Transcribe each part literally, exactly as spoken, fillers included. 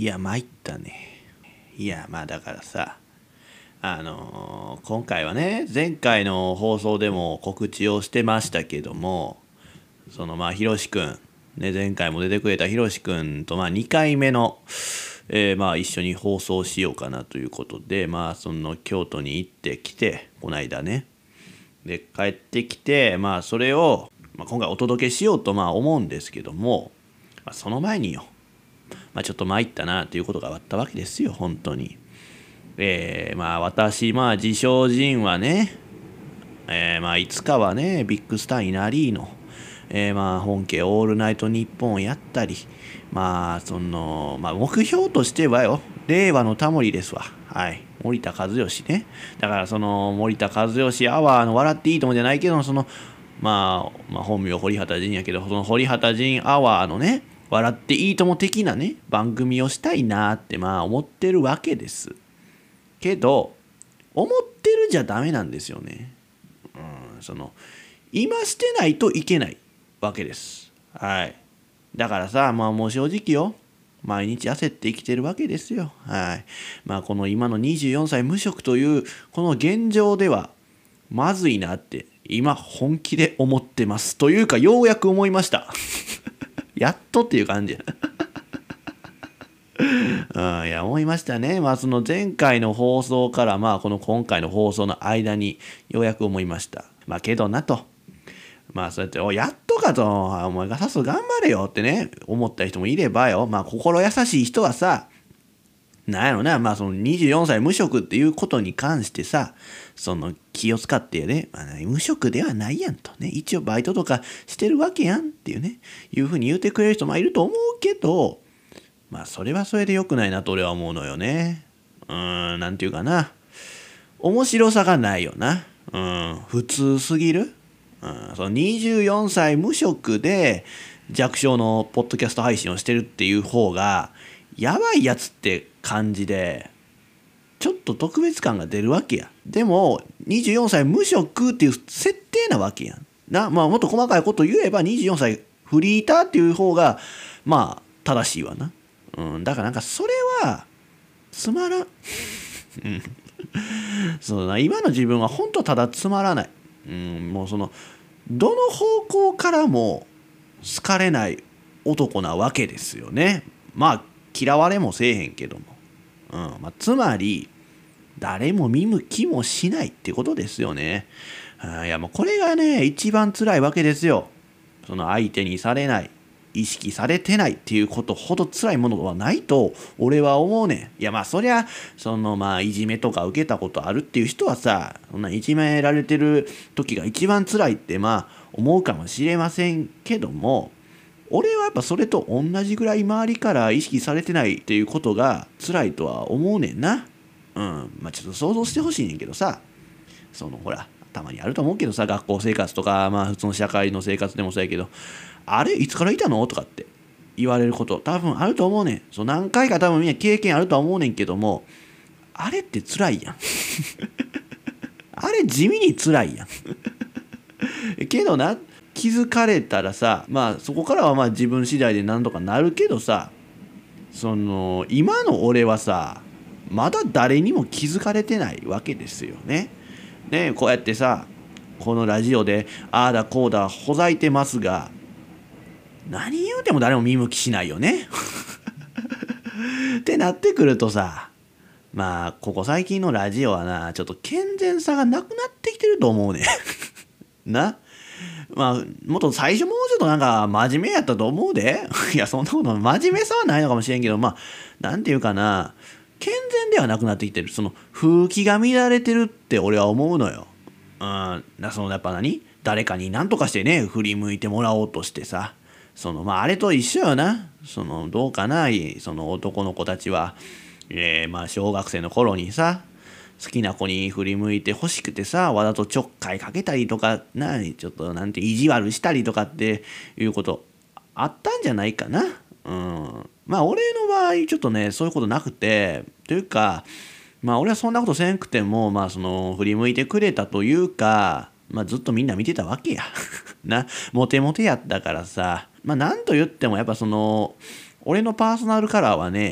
いや、参ったね。いや、まあだからさ、あのー今回はね、前回の放送でも告知をしてましたけども、そのまあ、ひろしくん、ね、前回も出てくれたひろしくんとまあにかいめの、えーまあ一緒に放送しようかなということで、まあその京都に行ってきて、この間ね。で、帰ってきて、まあそれを、まあ、今回お届けしようとまあ思うんですけども、まあ、その前によ、まあ、ちょっと参ったなということがあったわけですよ、本当に。えー、まあ私、まあ自称人はね、えー、まあいつかはね、ビッグスターになりの、えー、まあ本家オールナイトニッポンをやったり、まあその、まあ目標としてはよ、令和のタモリですわ。はい。森田和義ね。だからその森田和義アワーの笑っていいともじゃないけど、その、まあ、まあ本名堀畑仁やけど、その堀畑仁アワーのね、笑っていいとも的なね、番組をしたいなってまあ思ってるわけです。けど、思ってるじゃダメなんですよね。うん、その、今してないといけないわけです。はい。だからさ、まあもう正直よ。毎日焦って生きてるわけですよ。はい。まあこの今のにじゅうよんさい無職というこの現状ではまずいなって今本気で思ってます。というかようやく思いました。やっとっていう感じ。うん、いや思いましたね。まあその前回の放送からまあこの今回の放送の間にようやく思いました。まあけどなと。まあそうやって「おやっとかとお前がさっそ頑張れよ」ってね思った人もいればよ、まあ心優しい人はさ、なんやろな、まあそのにじゅうよんさい無職っていうことに関してさ、その気を使ってね、まあ、無職ではないやんとね、一応バイトとかしてるわけやんっていうね、いうふうに言うてくれる人もいると思うけど、まあそれはそれで良くないなと俺は思うのよね。うーん、なんていうかな。面白さがないよな。うん、普通すぎる。うん、そのにじゅうよんさい無職で弱小のポッドキャスト配信をしてるっていう方がやばいやつって感じでちょっと特別感が出るわけや。でもにじゅうよんさい無職っていう設定なわけやんな。まあもっと細かいこと言えばにじゅうよんさいフリーターっていう方がまあ正しいわな。うん、だからなんかそれはつまらん。うんそうだな、今の自分は本当ただつまらない。うん、もうそのどの方向からも好かれない男なわけですよね。まあ嫌われもせえへんけども、うんまあ、つまり誰も見向きもしないってことですよね。あいやもうこれがね一番辛いわけですよ。その相手にされない、意識されてないっていうことほど辛いものはないと俺は思うねん。いやまあそりゃそのまあいじめとか受けたことあるっていう人はさ、そんないじめられてる時が一番辛いってまあ思うかもしれませんけども、俺はやっぱそれと同じぐらい周りから意識されてないっていうことが辛いとは思うねんな。うんまあちょっと想像してほしいねんけどさ、そのほらたまにあると思うけどさ、学校生活とかまあ普通の社会の生活でもそうやけど、あれいつからいたのとかって言われること多分あると思うねん。そう何回か多分みんな経験あるとは思うねんけども、あれって辛いやん。あれ地味に辛いやん。けどな、気づかれたらさ、まあそこからはまあ自分次第で何とかなるけどさ、その今の俺はさまだ誰にも気づかれてないわけですよね。ねこうやってさこのラジオでああだこうだほざいてますが、何言うても誰も見向きしないよね。ってなってくるとさ、まあここ最近のラジオはなちょっと健全さがなくなってきてると思うね。なまあもっと最初もうちょっとなんか真面目やったと思うで。いやそんなこと真面目さはないのかもしれんけど、まあなんていうかな、健全ではなくなってきてる。その風紀が乱れてるって俺は思うのよ。うん、なそのやっぱ何誰かに何とかしてね振り向いてもらおうとしてさ、そのまああれと一緒よな。そのどうかな、その男の子たちは、えー、まあ小学生の頃にさ好きな子に振り向いて欲しくてさ、わざとちょっかいかけたりとかな、ちょっとなんて意地悪したりとかっていうことあったんじゃないかな。うん、まあ俺の場合ちょっとねそういうことなくて、というかまあ俺はそんなことせんくてもまあその振り向いてくれたというか、まあずっとみんな見てたわけや。なモテモテやったからさ、まあなんと言ってもやっぱその俺のパーソナルカラーはね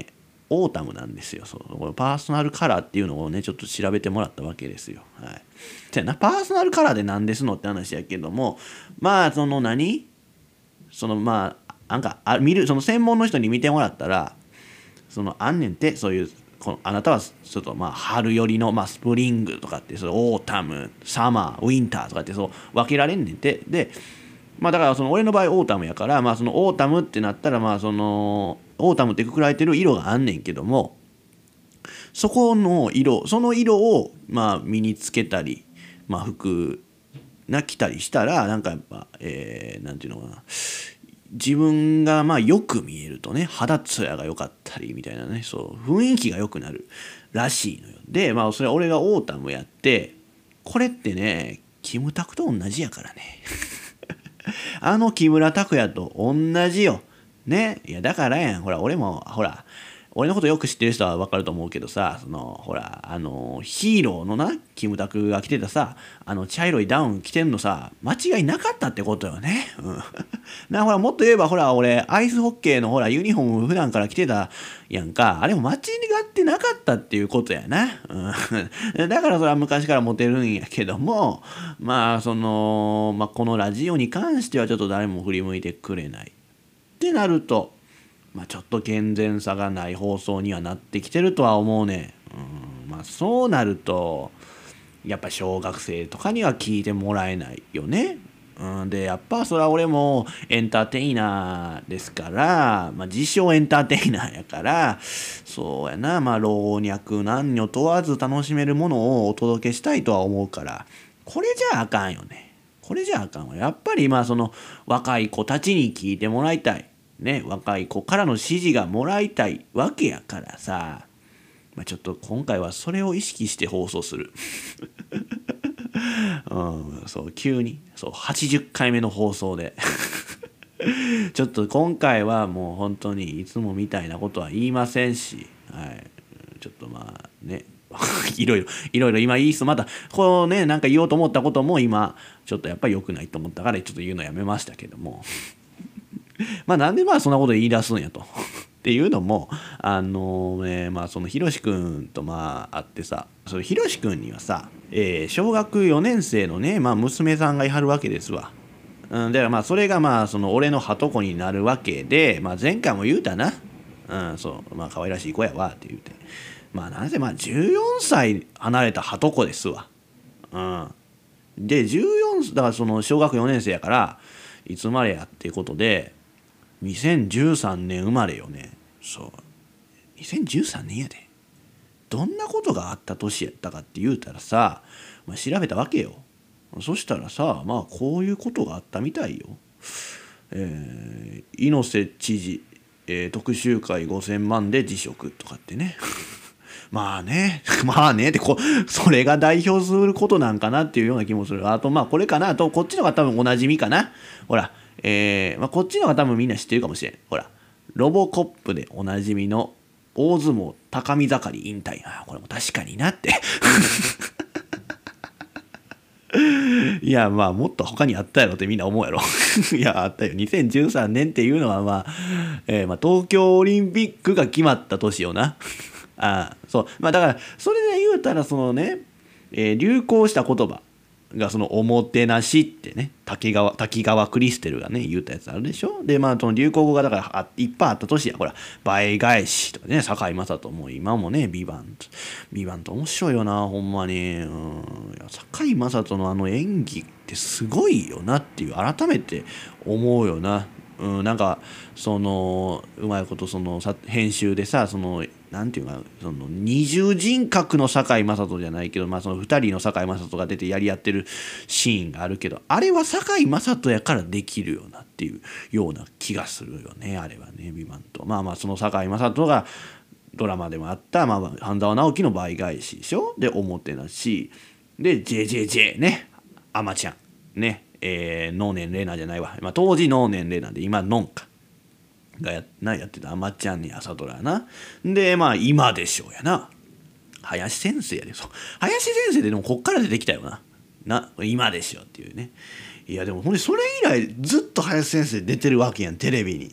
オータムなんですよ。そうこれパーソナルカラーっていうのをねちょっと調べてもらったわけですよ。はい。じゃあなパーソナルカラーで何ですのって話やけども、まあその何そのまあなんかあ見るその専門の人に見てもらったらそのあんねんってそういうこのあなたはちょっとまあ春寄りの、まあ、スプリングとかってそのオータムサマーウィンターとかってそう分けられんねんて。でまあだからその俺の場合オータムやからまあそのオータムってなったらまあそのオータムってくくられてる色があんねんけども、そこの色その色をまあ身につけたりまあ服な着たりしたらなんかやっぱえー、なんていうのかな自分がまあよく見えるとね肌ツヤが良かったりみたいなねそう雰囲気が良くなるらしいのよ。でまあそれは俺がオータムやってこれってねキムタクと同じやからねあの木村拓哉と同じよね。いやだからやんほら俺もほら俺のことよく知ってる人は分かると思うけどさそのほらあのヒーローのなキムタクが着てたさあの茶色いダウン着てんのさ間違いなかったってことよね。うんなほらもっと言えばほら俺アイスホッケーのほらユニフォーム普段から着てたやんかあれも間違ってなかったっていうことやな。うん、だからそれは昔からモテるんやけどもまあその、まあ、このラジオに関してはちょっと誰も振り向いてくれないってなると。まあ、ちょっと健全さがない放送にはなってきてるとは思うね。うんまあそうなるとやっぱ小学生とかには聞いてもらえないよね。うん、でやっぱそれは俺もエンターテイナーですから、まあ、自称エンターテイナーやからそうやなまあ老若男女問わず楽しめるものをお届けしたいとは思うからこれじゃあかんよね。これじゃあかんわ。やっぱりまあその若い子たちに聞いてもらいたい。ね、若い子からの支持がもらいたいわけやからさ、まあ、ちょっと今回はそれを意識して放送する、うん、そう急にそうはちじゅっかいめの放送でちょっと今回はもう本当にいつもみたいなことは言いませんし、はい、ちょっとまあねいろいろいろいろ今言いすまたこうねなんか言おうと思ったことも今ちょっとやっぱり良くないと思ったからちょっと言うのやめましたけどもまあなんでまあそんなこと言い出すんやとっていうのもあのねまあそのひろしくんとまあ会ってさそのひろしくんにはさ、えー、小学よねん生のね、まあ、娘さんがいはるわけですわ。うん、だからまあそれがまあその俺のはとこになるわけで、まあ、前回も言うたな、うん、そうまあ可愛らしい子やわって言うてまあなぜまあじゅうよんさい離れたはとこですわ。うん、でじゅうよんだからその小学よねん生やからいつ生まれやっていうことでにせんじゅうさんねん生まれよね。そうにせんじゅうさんねんやで。どんなことがあった年やったかって言うたらさ、まあ、調べたわけよ。そしたらさまあこういうことがあったみたいよ。えー、猪瀬知事、えー、特集会ごせんまんで辞職とかってねまあねまあねってこそれが代表することなんかなっていうような気もする。あとまあこれかなあとこっちのが多分おなじみかな。ほらえーまあ、こっちのが多分みんな知ってるかもしれん。ほらロボコップでおなじみの大相撲高見盛り引退。あこれも確かになっていやまあもっと他にあったやろってみんな思うやろいやあったよ。にせんじゅうさんねんっていうのはまあ、えー、まあ東京オリンピックが決まった年よなあそうまあだからそれで言うたらそのね、えー、流行した言葉がそのおもてなしってね滝川滝川クリステルがね言ったやつあるでしょ。でまあその流行語がだからいっぱいあった年や。ほら倍返しとかね堺雅人も今もねビバンビバンと面白いよなほんまに。うん堺雅人のあの演技ってすごいよなっていう改めて思うよな。うん、なんかそのうまいことそのさ編集でさそのなんていうかその二重人格の堺雅人じゃないけど、まあ、そのふたりの堺雅人が出てやり合ってるシーンがあるけどあれは堺雅人やからできるよなっていうような気がするよねあれはねビバンと。まあまあその堺雅人がドラマでもあった、まあ、半沢直樹の倍返しでしょ。でおもてなしで ジェイジェイジェイ ねあまちゃんねえー、能年玲奈じゃないわ、まあ、当時能年玲奈で今のんかが や, なやってたあまちゃんに朝ドラやな。でまあ今でしょうやな林先生やで。そう林先生ででもこっから出てきたよなな今でしょっていうね。いやでもほんでそれ以来ずっと林先生出てるわけやんテレビに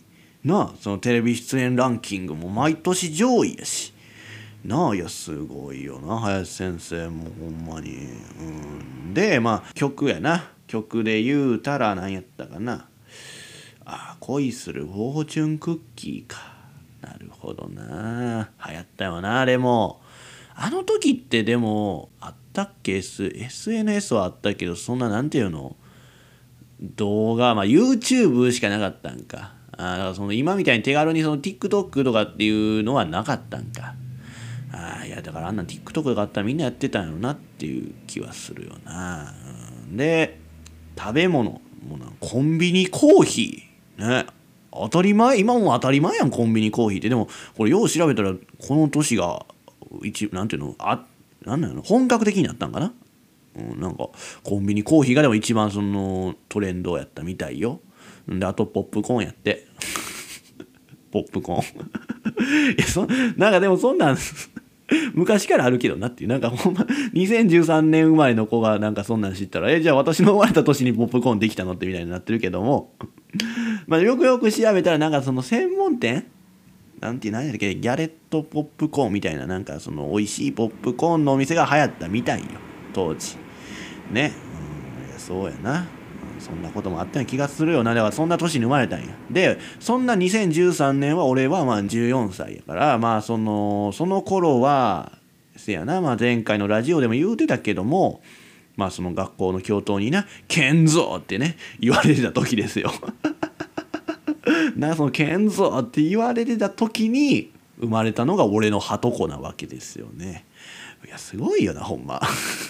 なあそのテレビ出演ランキングも毎年上位やしなあ。いやすごいよな林先生もほんまに。うんでまあ曲やな。曲で言うたら何やったかな。あ恋するフォーチュンクッキーか。なるほどな。流行ったよなあれも。あの時ってでもあったっけ Sエスエヌエス はあったけどそんななんていうの動画まあ YouTube しかなかったんか。あだからその今みたいに手軽にその TikTok とかっていうのはなかったんか。あいやだからあんな TikTok とかあったらみんなやってたんやろなっていう気はするよな。うん、で食べ物もうなコンビニコーヒーね当たり前今も当たり前やんコンビニコーヒーって。でもこれよう調べたらこの年が一なんていうのあなんなの本格的になったんかな。うん、なんかコンビニコーヒーがでも一番そのトレンドやったみたいよ。であとポップコーンやってポップコーンいやそなんかでもそんなん昔からあるけどなっていうなんかほんまにせんじゅうさんねん生まれの子がなんかそんなん知ったらえじゃあ私の生まれた年にポップコーンできたのってみたいになってるけどもまあよくよく調べたらなんかその専門店なんて何やっけギャレットポップコーンみたいななんかその美味しいポップコーンのお店が流行ったみたいよ当時ね。うんいやそうやな、うん、そんなこともあったような気がするよな。だからそんな年に生まれたんや。でそんなにせんじゅうさんねんは俺はまあじゅうよんさいやからまあそのその頃はせやな、まあ、前回のラジオでも言うてたけどもまあその学校の教頭にな「健三」ってね言われてた時ですよなその健三って言われてた時に生まれたのが俺のはとこなわけですよね。いやすごいよなほんま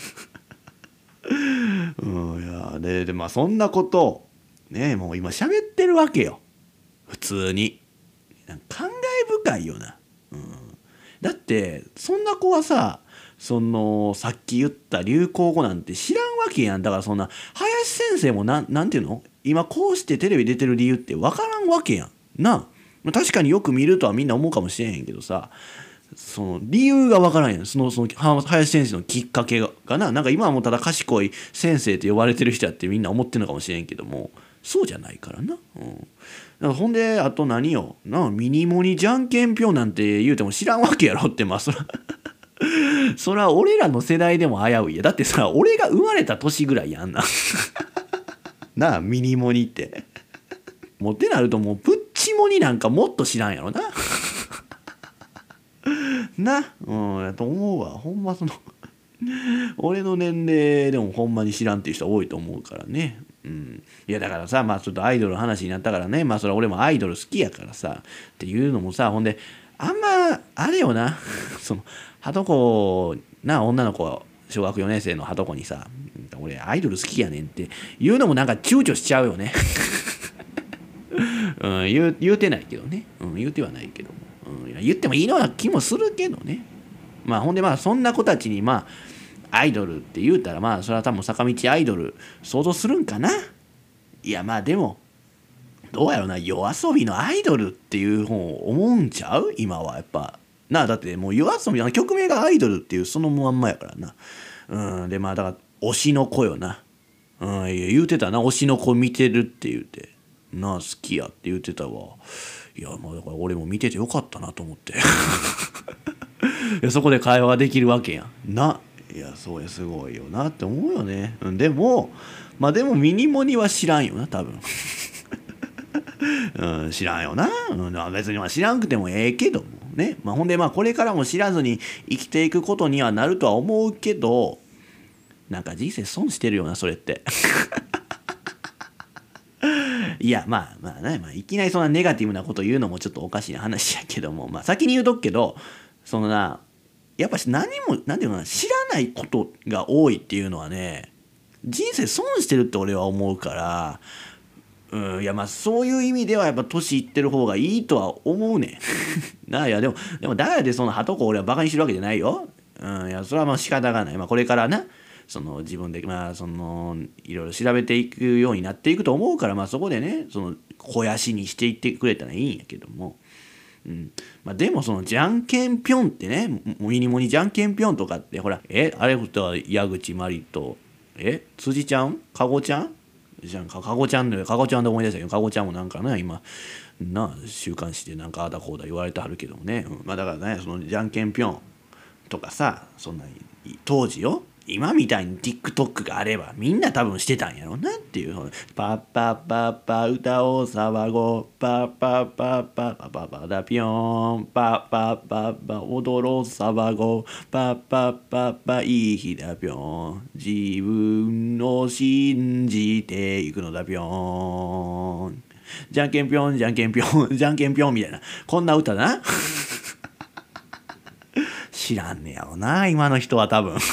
うんいやででまあそんなことねもう今喋ってるわけよ普通に。なんか感慨深いよな、うん、だってそんな子はさそのさっき言った流行語なんて知らんわけやん。だからそんな林先生もなんなんていうの今こうしてテレビ出てる理由って分からんわけやんな。確かによく見るとはみんな思うかもしれへんけどさその理由が分からんやん。そのその林先生のきっかけががななんか今はもうただ賢い先生って呼ばれてる人やってみんな思ってるのかもしれんけどもそうじゃないからな。うん、だからほんであと何よなミニモニじゃんけんぴょんなんて言うても知らんわけやろってまあそらそら俺らの世代でも危ういや。だってさ俺が生まれた年ぐらいやんななあミニモニってもってなるともうプッチモニなんかもっと知らんやろななうんやと思うわほんま。その俺の年齢でもほんまに知らんっていう人多いと思うからね。うん、いやだからさまあちょっとアイドルの話になったからねまあそれは俺もアイドル好きやからさっていうのもさほんであんまあれよなそのはとこな女の子小学よねん生のはとこにさ俺アイドル好きやねんって言うのもなんか躊躇しちゃうよね、うん、言う言うてないけどね、うん、言うてはないけども、うん、いや言ってもいいのな気もするけどね。まあほんでまあそんな子たちにまあアイドルって言うたらまあそれは多分坂道アイドル想像するんかな。いやまあでもどうやろな夜遊びのアイドルっていう方を思うんちゃう今はやっぱなあ。だってもう夜遊びの曲名がアイドルっていうそのまんまやからな。うんでまあだから推しの子よな。うんいや言うてたな推しの子見てるって言うてなあ好きやって言うてたわ。いやまあだから俺も見ててよかったなと思っていやそこで会話ができるわけやんな。いやそうやすごいよなって思うよね。うん、でもまあでもミニモニは知らんよな多分、うん、知らんよな、うん、別にまあ知らんくてもええけどもね、まあ、ほんでまあこれからも知らずに生きていくことにはなるとは思うけどなんか人生損してるよなそれっていやまあまあね、まあ、いきなりそんなネガティブなこと言うのもちょっとおかしいな話やけども、まあ、先に言うとくけどそのなやっぱ何も何て言うのかな知らないことが多いっていうのはね人生損してるって俺は思うから、うん、いやまあそういう意味ではやっぱ年いってる方がいいとは思うねんなあ。いやでもでもだからでそのはとこ俺はバカにしてるわけじゃないよ。うん、いやそれはまあ仕方がない。まあこれからなその自分でまあそのいろいろ調べていくようになっていくと思うからまあそこでねその肥やしにしていってくれたらいいんやけども。うんまあ、でもそのじゃんけんぴょんってねミニモニじゃんけんぴょんとかってほらえあれとは矢口真里とえ辻ちゃんかごちゃんじゃんか、かごちゃんでかごちゃんで思い出したけど、かごちゃんもなんかね今な週刊誌でなんかあだこうだ言われてはるけどもね、うん、まあだからねそのじゃんけんぴょんとかさ、そんな当時よ、今みたいに TikTok があればみんな多分してたんやろうなっていう、パッパッパッパ歌おう騒ごう、パッパッパッパッパッパッパダピョーン、パッパッパッパ踊ろう騒ごう、パッパッパッパいい日だぴょーん、自分を信じていくのだぴょーん、じゃんけんぴょんじゃんけんぴょんじゃんけんぴょんみたいな、こんな歌だな知らんねやろな今の人は多分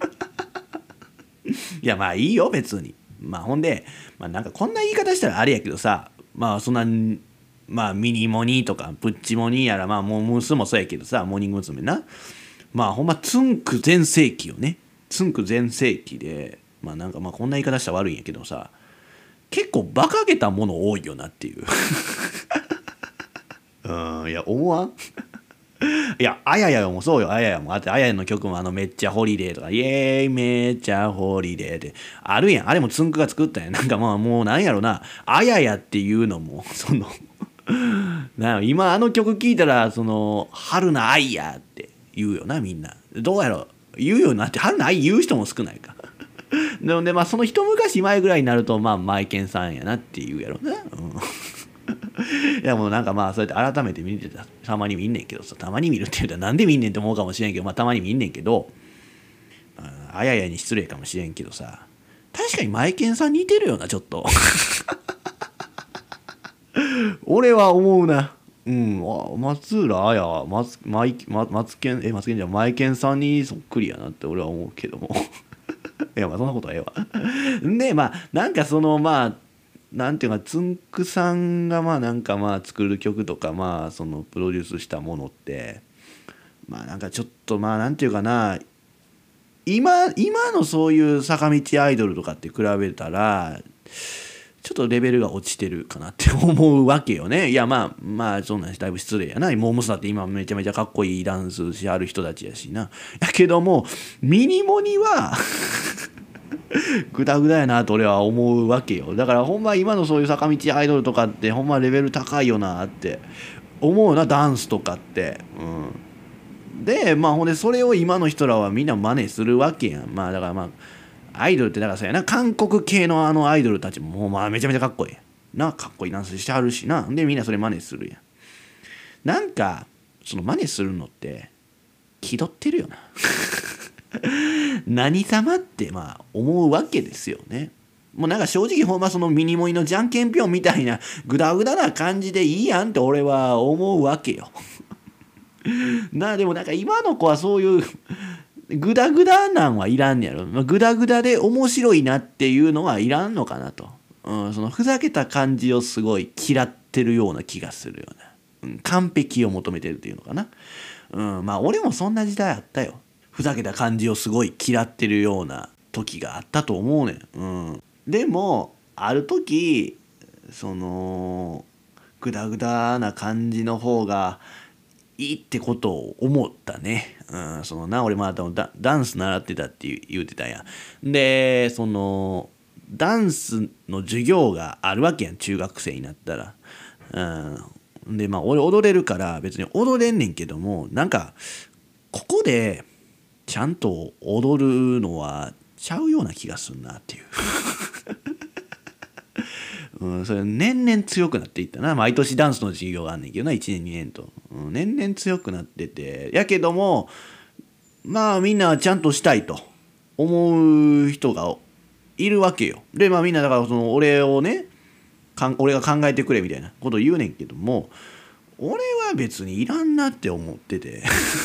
いやまあいいよ別に。まあほんで、まあ、なんかこんな言い方したらあれやけどさ、まあそんなまあミニモニーとかプッチモニーやら、まあもうムースもそうやけどさ、モーニング娘。な、まあほんまつんく全盛期よね。つんく全盛期で、まあなんかまあこんな言い方したら悪いんやけどさ、結構馬鹿げたもの多いよなっていううんいや思わんいや、あややもそうよ、あややも。あって、あややの曲もあの、めっちゃホリデーとか、イエーイ、めっちゃホリデーって、あるやん。あれもつんくが作ったんやん。なんかまあ、もうなんやろな、あややっていうのも、そのな今あの曲聴いたら、その、春菜愛やって言うよな、みんな。どうやろ言うよなって、春菜愛言う人も少ないか。なので、まあ、その一昔前ぐらいになると、まあ、マイケンさんやなって言うやろな。うんいやもうなんかまあそうやって改めて見てたたまに見んねんけどさ、たまに見るって言うたらなんで見んねんって思うかもしれんけど、まあたまに見んねんけど、ああややに失礼かもしれんけどさ、確かにマイケンさん似てるよなちょっと俺は思うな。うん、あ松浦綾は松マイ松ケンえ松ケンじゃマイケンさんにそっくりやなって俺は思うけどもいやまあそんなことはええわでまあなんかそのまあなんていうかつんくさんがまあなんかまあ作る曲とかまあそのプロデュースしたものってまあなんかちょっとまあなんていうかな、今今のそういう坂道アイドルとかって比べたらちょっとレベルが落ちてるかなって思うわけよね。いやまあまあそんなんだいぶ失礼やな。モームスだって今めちゃめちゃかっこいいダンスしはる人たちやしな。やけどもミニモニはグダグダやなと俺は思うわけよ。だからほんま今のそういう坂道アイドルとかってほんまレベル高いよなって思うな、ダンスとかって、うん、でまあほんでそれを今の人らはみんな真似するわけやん。まあだからまあアイドルってだからさやな、韓国系のあのアイドルたちももうまあめちゃめちゃかっこいいな、かっこいいダンスしてはるしな、でみんなそれ真似するやん。なんかその真似するのって気取ってるよな何様ってまあ思うわけですよね。もうなんか正直ほんまそのミニモニのじゃんけんぴょんみたいなグダグダな感じでいいやんって俺は思うわけよなあでもなんか今の子はそういうグダグダなんはいらんねやろ、まあ、グダグダで面白いなっていうのはいらんのかなと、うん、そのふざけた感じをすごい嫌ってるような気がするような、うん、完璧を求めてるっていうのかな、うん、まあ俺もそんな時代あったよ。ふざけた感じをすごい嫌ってるような時があったと思うねん、うん、でもある時そのグダグダな感じの方がいいってことを思ったね、うん、そのな俺まだダンス習ってたって言うてたやん。でそのダンスの授業があるわけやん中学生になったら、うん、でまあ俺踊れるから別に踊れんねんけども、なんかここでちゃんと踊るのはちゃうような気がするなっていううん、それ年々強くなっていったな。毎年ダンスの授業があんねんけどな、いちねんにねんと、うん、年々強くなってて、やけどもまあみんなちゃんとしたいと思う人がいるわけよ。でまあみんなだからその俺をねかん俺が考えてくれみたいなことを言うねんけども、俺は別にいらんなって思ってて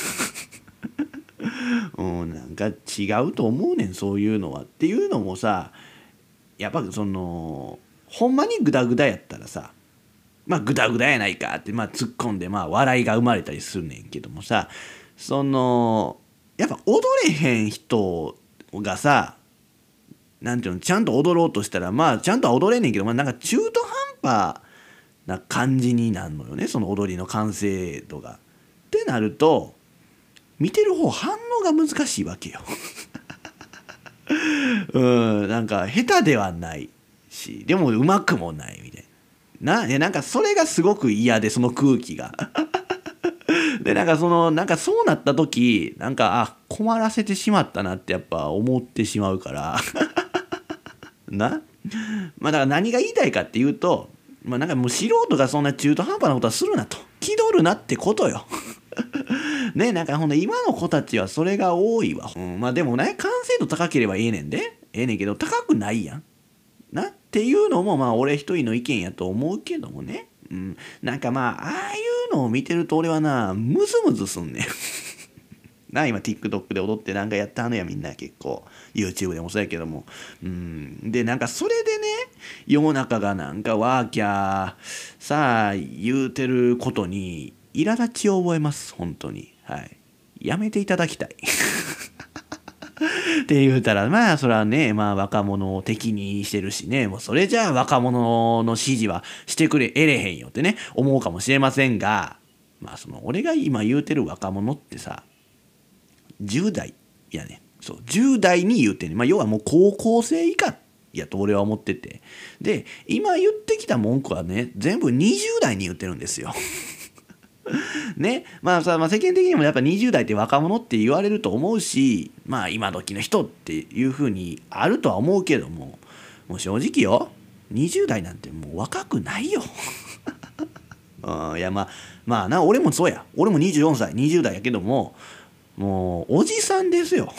うん、なんか違うと思うねんそういうのは。っていうのもさ、やっぱそのほんまにグダグダやったらさ、まあグダグダやないかってまあ突っ込んでまあ笑いが生まれたりするねんけどもさ、そのやっぱ踊れへん人がさ、なんていうの、ちゃんと踊ろうとしたらまあちゃんとは踊れんねんけど、まあなんか中途半端な感じになるのよね、その踊りの完成度が。ってなると見てる方反応が難しいわけようん、なんか下手ではないし、でもうまくもないみたいな。な、でなんかそれがすごく嫌で、その空気が。でなんかそのなんかそうなった時なんかあ困らせてしまったなってやっぱ思ってしまうからな。まあだから何が言いたいかっていうと、まあなんかもう素人がそんな中途半端なことはするなと、気取るなってことよ。ね、なんかほんで今の子たちはそれが多いわ、うん、まあでもね完成度高ければええねんでええねんけど高くないやんなっていうのもまあ俺一人の意見やと思うけどもね、うん、なんかまあああいうのを見てると俺はなムズムズすんねんな。今 TikTok で踊ってなんかやったはのやみんな結構 YouTube でもそうやけども、うん、でなんかそれでね世の中がなんかワーキャーさあ言うてることに苛立ちを覚えます本当に。はい、やめていただきたいって言うたらまあそれはねまあ若者を敵にしてるしね、もうそれじゃあ若者の支持はしてくれ得れへんよってね思うかもしれませんが、まあその俺が今言うてる若者ってさじゅう代やねん。そうじゅう代に言うてんねん。まあ要はもう高校生以下やと俺は思ってて、で今言ってきた文句はね全部にじゅう代に言ってるんですよね、まあさ、まあ、世間的にもやっぱにじゅう代って若者って言われると思うし、まあ今時の人っていうふうにあるとは思うけども、もう正直よにじゅう代なんてもう若くないようん、いやまあまあな俺もそうや、俺もにじゅうよんさいにじゅう代やけどももうおじさんですよ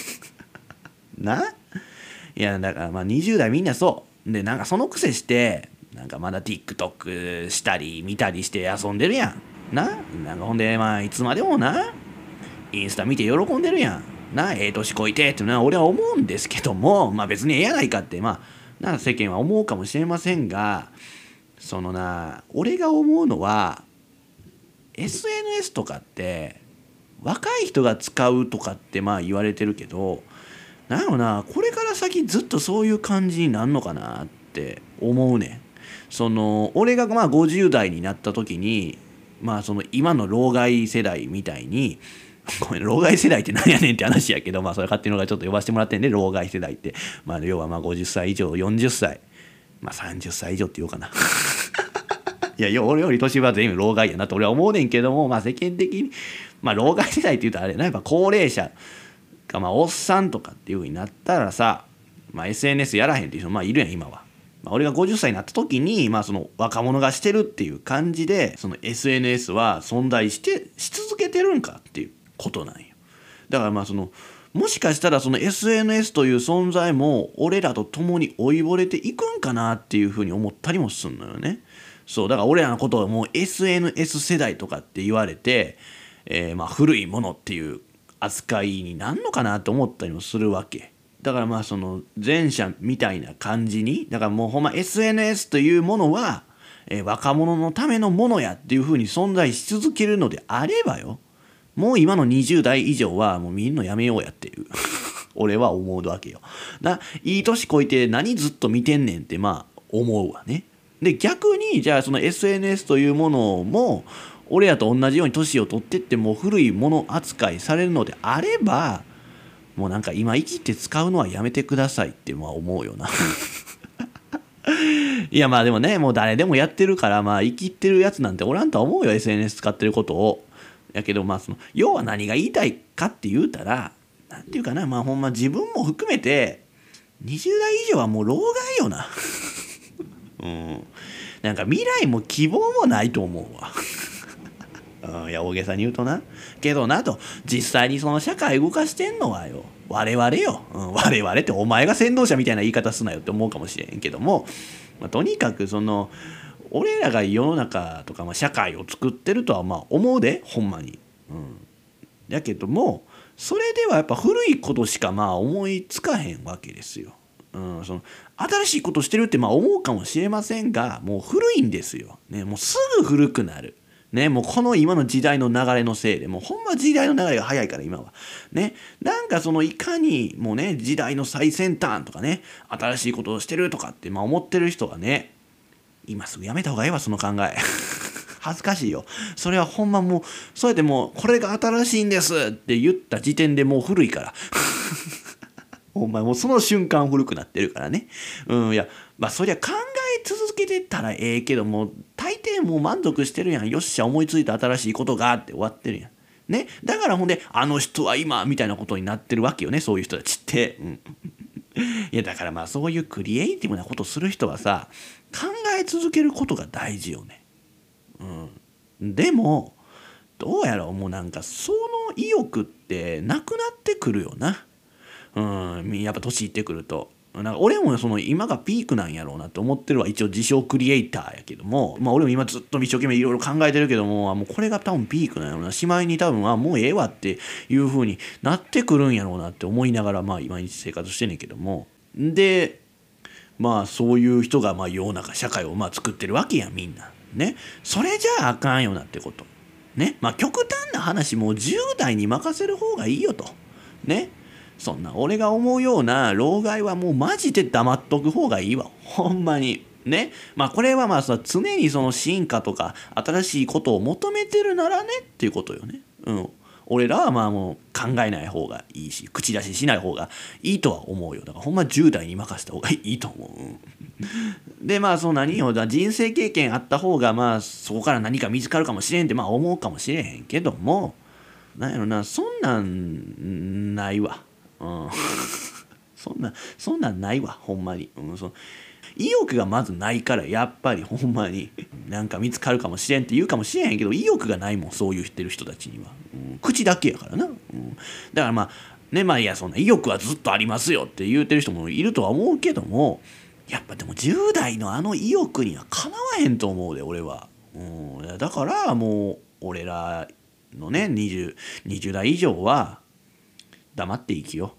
ないやだからまあにじゅう代みんなそうで、なんかそのくせしてなんかまだ TikTok したり見たりして遊んでるやんな。なんかほんでまあいつまでもなインスタ見て喜んでるやんな、ええ年こいてってな俺は思うんですけども、まあ別にええやないかってまあな世間は思うかもしれませんが、そのな俺が思うのは エスエヌエス とかって若い人が使うとかってまあ言われてるけど、なんやろなこれから先ずっとそういう感じになるのかなって思うねん。その俺がまあごじゅう代になった時にまあその今の老害世代みたいにごめん老害世代って何やねんって話やけど、まあそれ勝手のがちょっと呼ばせてもらってんで、老害世代ってまあ要はまあごじゅっさい以上よんじゅっさいまあさんじゅっさい以上って言おうかないや俺より年は全部老害やなと俺は思うねんけども、まあ世間的にまあ老害世代って言うとあれなやっぱ高齢者がまあおっさんとかっていう風になったらさ、まあ エスエヌエス やらへんっていう人まあいるやん今は。まあ、俺がごじゅっさいになった時に、まあ、その若者がしてるっていう感じでその エスエヌエス は存在してし続けてるんかっていうことなんよ。だからまあそのもしかしたらその エスエヌエス という存在も俺らと共に追い惚れていくんかなっていうふうに思ったりもするのよね。そうだから俺らのことをもう エスエヌエス 世代とかって言われて、えー、まあ古いものっていう扱いになんのかなと思ったりもするわけ。だからまあその前者みたいな感じにだからもうほんま エスエヌエス というものは、えー、若者のためのものやっていう風に存在し続けるのであればよ、もう今のにじゅう代以上はもう見るのやめようやっていう俺は思うわけよ。ないい年こいて何ずっと見てんねんってまあ思うわね。で逆にじゃあその エスエヌエス というものも俺らと同じように年を取ってっても古いもの扱いされるのであればもうなんか今生きて使うのはやめてくださいってまあ思うよないやまあでもねもう誰でもやってるからまあ生きてるやつなんておらんとは思うよ エスエヌエス 使ってることを。やけどまあその要は何が言いたいかって言うたらなんていうかなまあほんま自分も含めてにじゅう代以上はもう老害よなうんなんか未来も希望もないと思うわうん、いや大げさに言うとなけどなと実際にその社会動かしてんのはよ我々よ、うん、我々ってお前が先導者みたいな言い方すなよって思うかもしれんけども、まあ、とにかくその俺らが世の中とか、まあ、社会を作ってるとはまあ思うでほんまに、うん、やけどもそれではやっぱ古いことしかまあ思いつかへんわけですよ、うん、その新しいことしてるってまあ思うかもしれませんがもう古いんですよ、ね、もうすぐ古くなるね、もうこの今の時代の流れのせいでもうほんま時代の流れが早いから今はね、なんかそのいかにもうね時代の最先端とかね新しいことをしてるとかってまあ思ってる人がね今すぐやめた方がいいわその考え恥ずかしいよそれはほんまもうそうやってもうこれが新しいんですって言った時点でもう古いからほんまもうその瞬間古くなってるからね。うんいやまあそりゃ考え続けてたらええけども大抵もう満足してるやん。よっしゃ思いついた新しいことがあって終わってるやん。ね、だからほんであの人は今みたいなことになってるわけよねそういう人たちって。うん、いやだからまあそういうクリエイティブなことする人はさ考え続けることが大事よね。うん、でもどうやろうもうなんかその意欲ってなくなってくるよな。うん、やっぱ年いってくるとなんか俺もその今がピークなんやろうなって思ってるわ。一応自称クリエイターやけども、まあ俺も今ずっと一生懸命いろいろ考えてるけどももうこれが多分ピークなんやろうな。しまいに多分あもうええわっていう風になってくるんやろうなって思いながらまあ毎日生活してんねんけどもでまあそういう人がまあ世の中社会をまあ作ってるわけやみんなね。それじゃああかんよなってことね。まあ極端な話もうじゅう代に任せる方がいいよとね。そんな俺が思うような老害はもうマジで黙っとく方がいいわほんまにね。まあこれはまあさ常にその進化とか新しいことを求めてるならねっていうことよね。うん俺らはまあもう考えない方がいいし口出ししない方がいいとは思うよ。だからほんまじゅう代に任せた方がいいと思う。うんでまあそう何よ人生経験あった方がまあそこから何か見つかるかもしれんってまあ思うかもしれへんけどもなんやろなそんなんないわ。うん、そんなそんなんないわほんまに、うん、そ意欲がまずないからやっぱりほんまになんか見つかるかもしれんって言うかもしれへんけど意欲がないもんそういう言ってる人たちには、うん、口だけやからな、うん、だからまあねまあいやそんな意欲はずっとありますよって言うてる人もいるとは思うけどもやっぱでもじゅう代のあの意欲にはかなわへんと思うで俺は、うん、だからもう俺らのね 20, 20代以上は黙って生きよ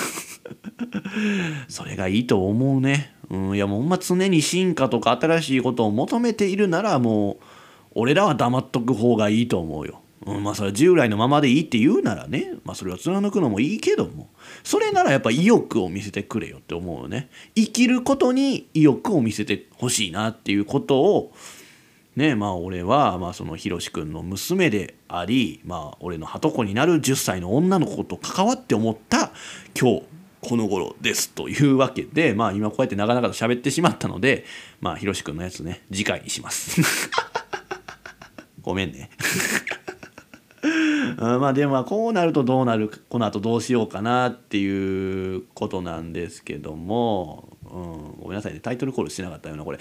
それがいいと思うね。うん、いやもうほんま常に進化とか新しいことを求めているならもう俺らは黙っとく方がいいと思うよ。うん、まあそれは従来のままでいいって言うならねまあそれは貫くのもいいけどもそれならやっぱ意欲を見せてくれよって思うよね。生きることに意欲を見せてほしいなっていうことをねまあ俺はまあそのひろしくんの娘でありまあ俺のはとこになるじゅっさいの女の子と関わって思った今日この頃ですというわけでまあ今こうやって長々と喋ってしまったのでまあひろしくんのやつね次回にしますごめんねまあでもこうなるとどうなるこの後どうしようかなっていうことなんですけども、うん、ごめんなさいねタイトルコールしてなかったよなこれ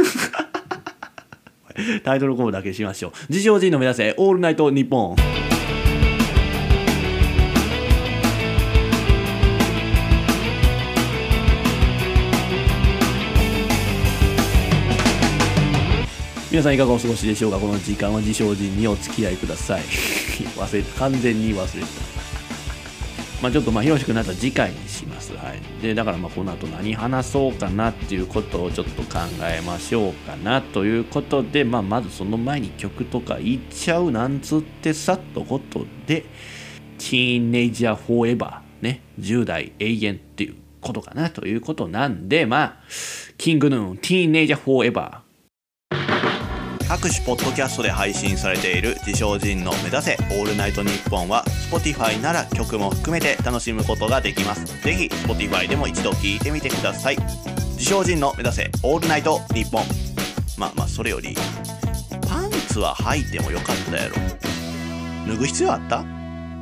タイトルコールだけしましょう。自称人の目指せオールナイトニッポン。皆さんいかがお過ごしでしょうか。この時間は自称人にお付き合いください忘れた完全に忘れたまあちょっとまあひろしくなったら次回にします。はい。でだからまあこの後何話そうかなっていうことをちょっと考えましょうかなということでまあまずその前に曲とか言っちゃうなんつってさっとことでティーンエイジャーフォーエバーねじゅう代永遠っていうことかなということなんでまあキングヌーンティーンエイジャーフォーエバー各種ポッドキャストで配信されている自称人の目指せオールナイトニッポンは Spotify なら曲も含めて楽しむことができます。ぜひ Spotify でも一度聞いてみてください。自称人の目指せオールナイトニッポン。まあまあそれよりパンツは履いてもよかったやろ。脱ぐ必要あった？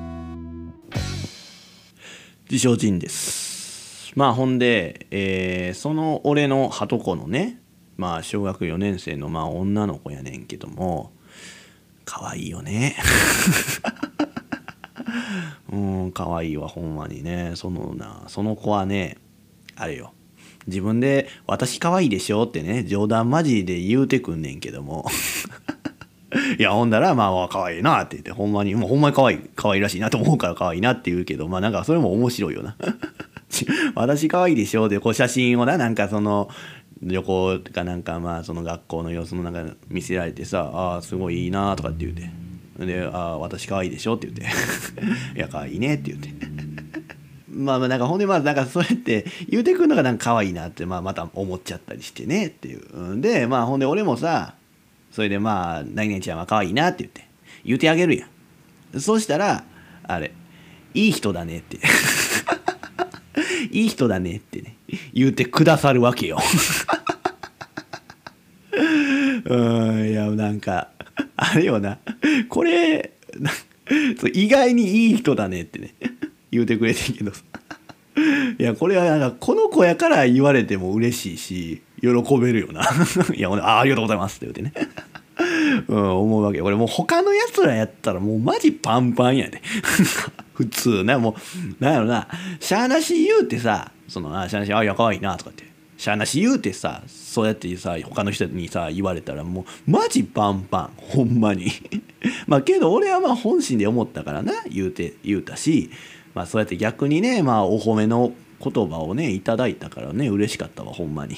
自称人です。まあほんで、えー、その俺のはとこのねまあ小学よねん生のまあ女の子やねんけども可愛いよねうん可愛いわほんまにね。そのなその子はねあれよ自分で私可愛いでしょってね冗談交じりで言うてくんねんけどもいやほんだらまあ可愛いなって言ってほんまにもうほんまに可愛い可愛いらしいなと思うから可愛いなって言うけどまあなんかそれも面白いよな私可愛いでしょでこう写真をななんかその旅行かなんかまあその学校の様子の中見せられてさあーすごいいいなとかって言うてであー私可愛いでしょって言っていや可愛いねって言ってまあまあなんかほんでまあなんかそうやって言うてくるのがなんか可愛いなってまあまた思っちゃったりしてねっていうでまあほんで俺もさそれでまあ何々ちゃんは可愛いなって言って言うてあげるやん。そうしたらあれいい人だねっていいい人だねってね言うてくださるわけようんいやなんかあれよなこれそう意外にいい人だねってね言うてくれてんけどいやこれはなんかこの子やから言われても嬉しいし喜べるよないやあありがとうございますって言うてねうん思うわけよ。これもう他のやつらやったらもうマジパンパンやで普通ねもうなんやろなしゃあなし言うてさそのあしゃあなしあいやかわいいなとかってしゃあなし言うてさそうやってさ他の人にさ言われたらもうマジパンパンほんまにまあけど俺はまあ本心で思ったからな言うて言うたしまあそうやって逆にねまあお褒めの言葉をねいただいたからね嬉しかったわほんまに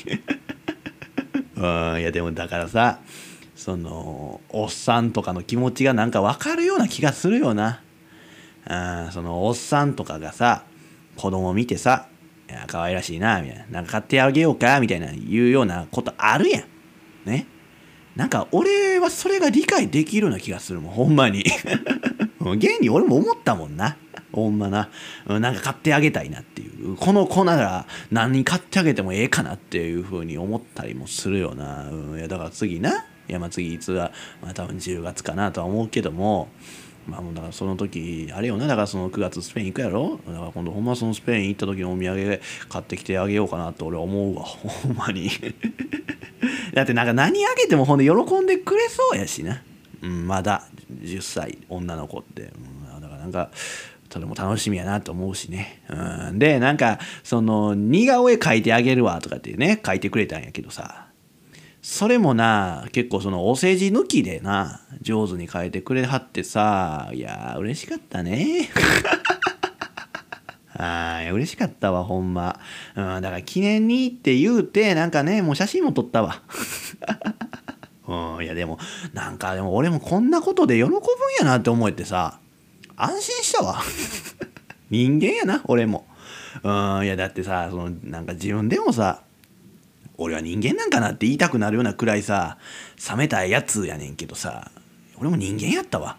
うんいやでもだからさそのおっさんとかの気持ちがなんか分かるような気がするよな。あそのおっさんとかがさ子供見てさ「いや可愛らしいな」みたいな「なんか買ってあげようか」みたいな言うようなことあるやん。ね。なんか俺はそれが理解できるような気がするもんほんまに。現に俺も思ったもんな。ほんまな。なんか買ってあげたいなっていう。この子なら何に買ってあげてもええかなっていうふうに思ったりもするよな。うん、いやだから次な。いやまあ次いつは、まあ、多分じゅうがつかなとは思うけどもまあもうだからその時あれよなだからそのくがつスペイン行くやろだから今度ほんまそのスペイン行った時のお土産で買ってきてあげようかなと俺は思うわほんまにだってなんか何あげてもほんで喜んでくれそうやしな、うん、まだじゅっさい女の子って、うん、だからなんかそれも楽しみやなと思うしね、うん、でなんかその似顔絵描いてあげるわとかってね描いてくれたんやけどさそれもな結構そのお世辞抜きでな上手に変えてくれはってさいや嬉しかったねあー嬉しかったわほんま、うん、だから記念にって言うてなんかねもう写真も撮ったわうんいやでもなんかでも俺もこんなことで喜ぶんやなって思えてさ安心したわ人間やな俺もうんいやだってさそのなんか自分でもさ俺は人間なんかなって言いたくなるようなくらいさ冷めたやつやねんけどさ俺も人間やったわ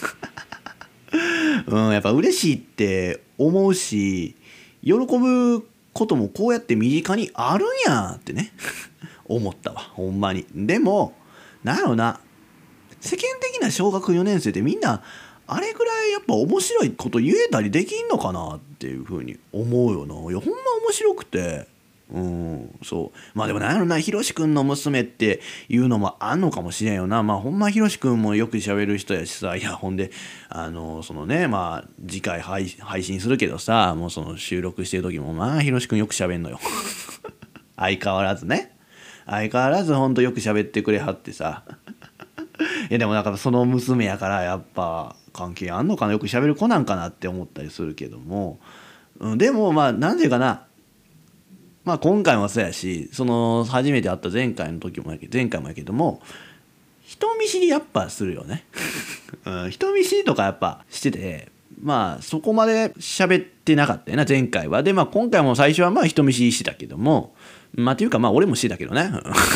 うんやっぱ嬉しいって思うし喜ぶこともこうやって身近にあるんやってね思ったわほんまに。でもなんやろな世間的な小学よねん生ってみんなあれぐらいやっぱ面白いこと言えたりできんのかなっていうふうに思うよな。いやほんま面白くてうんそうまあでもなんやろなひろしくんの娘っていうのもあんのかもしれんよな。まあほんまひろしくんもよく喋る人やしさいやほんであのそのねまあ次回配配信するけどさもうその収録してる時もまあひろしくんよく喋んのよ相変わらずね相変わらずほんとよく喋ってくれはってさいやでもだからその娘やからやっぱ関係あんのかなよく喋る子なんかなって思ったりするけども、うん、でもまあなんていうかなまあ今回もそうやしその初めて会った前回の時もやけど前回もやけども人見知りやっぱするよね、うん、人見知りとかやっぱしててまあそこまで喋ってなかったよな前回は。でまあ今回も最初はまあ人見知りしてたけどもまあというかまあ俺もしてたけどね、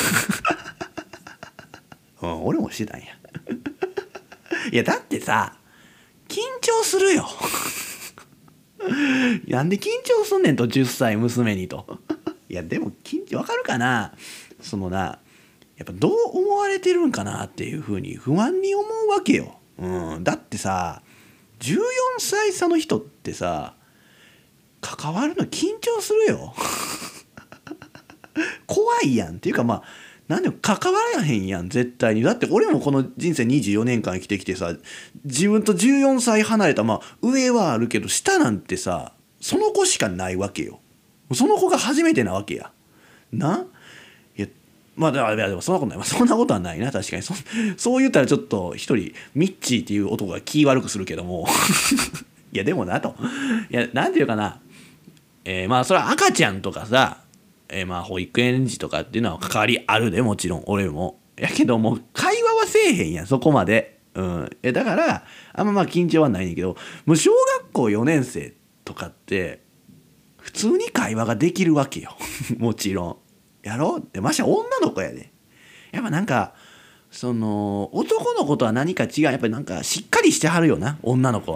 うん、俺もしてたんやいやだってさ緊張するよなんで緊張すんねんとじゅっさい娘にといやでも緊張わかるかなそのなやっぱどう思われてるんかなっていうふうに不安に思うわけよ、うん、だってさじゅうよんさい差の人ってさ関わるの緊張するよ怖いやんっていうかまあなんで関わらへんやん絶対に。だって俺もこの人生にじゅうよねんかん生きてきてさ自分とじゅうよんさい離れたまあ上はあるけど下なんてさその子しかないわけよ。その子が初めてなわけやないやまあだからでもそんなことない、まあ、そんなことはないな確かに そ, そう言ったらちょっと一人ミッチーっていう男が気悪くするけどもいやでもなといやなんていうかな、えー、まあそれは赤ちゃんとかさえー、まあ保育園児とかっていうのは関わりあるでもちろん俺もやけども会話はせえへんやんそこまで、うん、えだからあんままあ緊張はないねんけどもう小学校よねん生とかって普通に会話ができるわけよもちろんやろでまして女の子やでやっぱなんかその男の子とは何か違うやっぱりなんかしっかりしてはるよな女の子は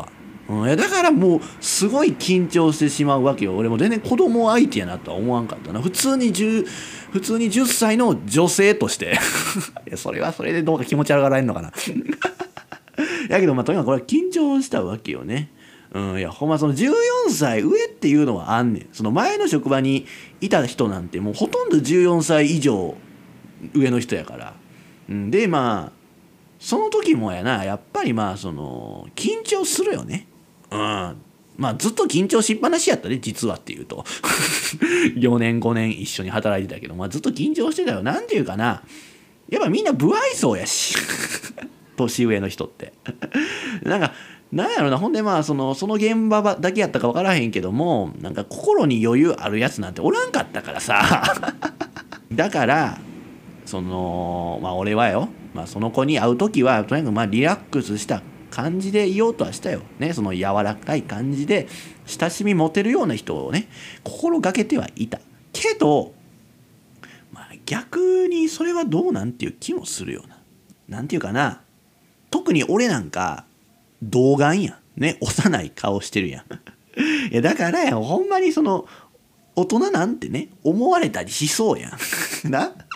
うん、いやだからもうすごい緊張してしまうわけよ。俺も全然子供相手やなとは思わんかったな。普通にじゅう普通にじゅっさいの女性としていやそれはそれでどうか気持ち悪がられるのかなやけどまあとにかくこれは緊張したわけよね。うん、いやほんまそのじゅうよんさい上っていうのはあんねん。その前の職場にいた人なんてもうほとんどじゅうよんさい以上上の人やから。うん、でまあその時もやなやっぱりまあその緊張するよね。うん、まあずっと緊張しっぱなしやったね実はっていうとよねんごねん一緒に働いてたけど、まあ、ずっと緊張してたよ。なんていうかな、やっぱみんな不愛想やし年上の人ってなんかなんやろな。ほんでまあそのその現場だけやったか分からへんけども、なんか心に余裕あるやつなんておらんかったからさだからそのまあ俺はよ、まあ、その子に会う時はとにかくまあリラックスした感じでいようとはしたよね。その柔らかい感じで親しみ持てるような人をね心がけてはいたけど、まあ、逆にそれはどうなんていう気もするよな。なんていうかな、特に俺なんか童顔やんね、幼い顔してるやんいやだからやほんまにその大人なんてね思われたりしそうやん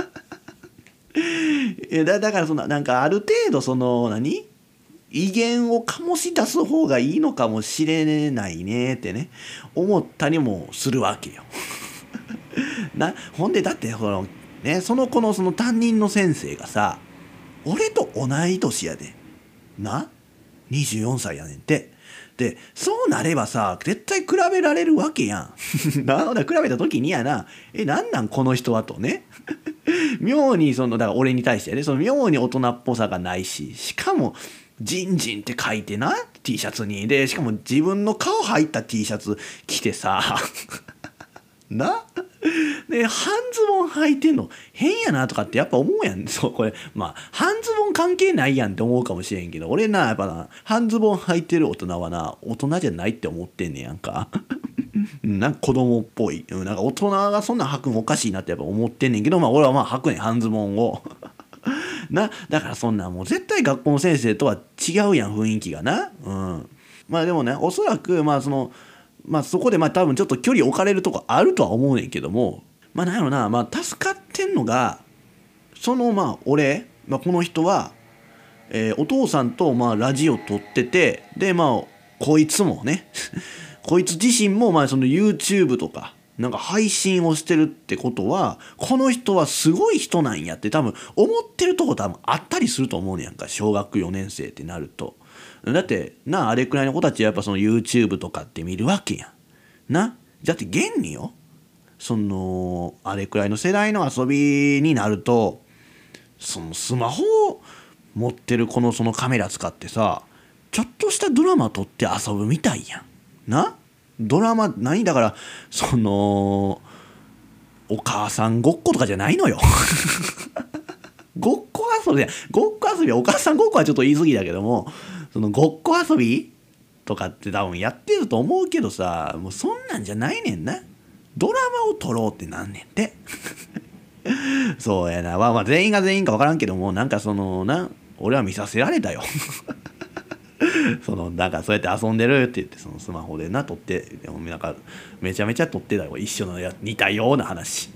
ないや だ, だからそのなんかある程度その何威厳を醸し出す方がいいのかもしれないねってね思ったりもするわけよな。ほんでだってそのねその子のその担任の先生がさ俺と同い年やでな、にじゅうよんさいやねんて。でそうなればさ絶対比べられるわけやんな。ほら比べた時にやな、えなんなんこの人はとね妙にそのだから俺に対してねその妙に大人っぽさがないし、しかもジンジンって書いてな T シャツにでしかも自分の顔入った T シャツ着てさなで半ズボン履いてんの変やなとかってやっぱ思うやん。そうこれまあ半ズボン関係ないやんって思うかもしれんけど、俺なやっぱな半ズボン履いてる大人はな大人じゃないって思ってんねやんかなんか子供っぽい、なんか大人がそんなん履くのおかしいなってやっぱ思ってんねんけど、まあ俺はまあ履くねん半ズボンをな。だからそんなんもう絶対学校の先生とは違うやん雰囲気がな。うん、まあでもねおそらくまあそのまあそこでまあ多分ちょっと距離置かれるとこあるとは思うねんけども、まあなんやろな、まあ助かってんのがそのまあ俺、まあ、この人は、えーお父さんとまあラジオ撮ってて、でまあこいつもねこいつ自身もまあその YouTube とかなんか配信をしてるってことはこの人はすごい人なんやって多分思ってるとこ多分あったりすると思うねやんか、小学よねん生ってなると。だってなあれくらいの子たちはやっぱその YouTube とかって見るわけやんな。だって現によそのあれくらいの世代の遊びになるとそのスマホを持ってるこのそのカメラ使ってさちょっとしたドラマ撮って遊ぶみたいやんな。ドラマ何だからそのお母さんごっことかじゃないのよごっこ遊びごっこ遊びお母さんごっこはちょっと言い過ぎだけども、そのごっこ遊びとかって多分やってると思うけどさ、もうそんなんじゃないねんな。ドラマを撮ろうってなんねんってそうやな、まあ、まあ全員が全員か分からんけどもなんかそのな俺は見させられたよそのなんかそうやって遊んでるって言ってそのスマホでな撮って、でもなんかめちゃめちゃ撮ってたよ一緒のや似たような話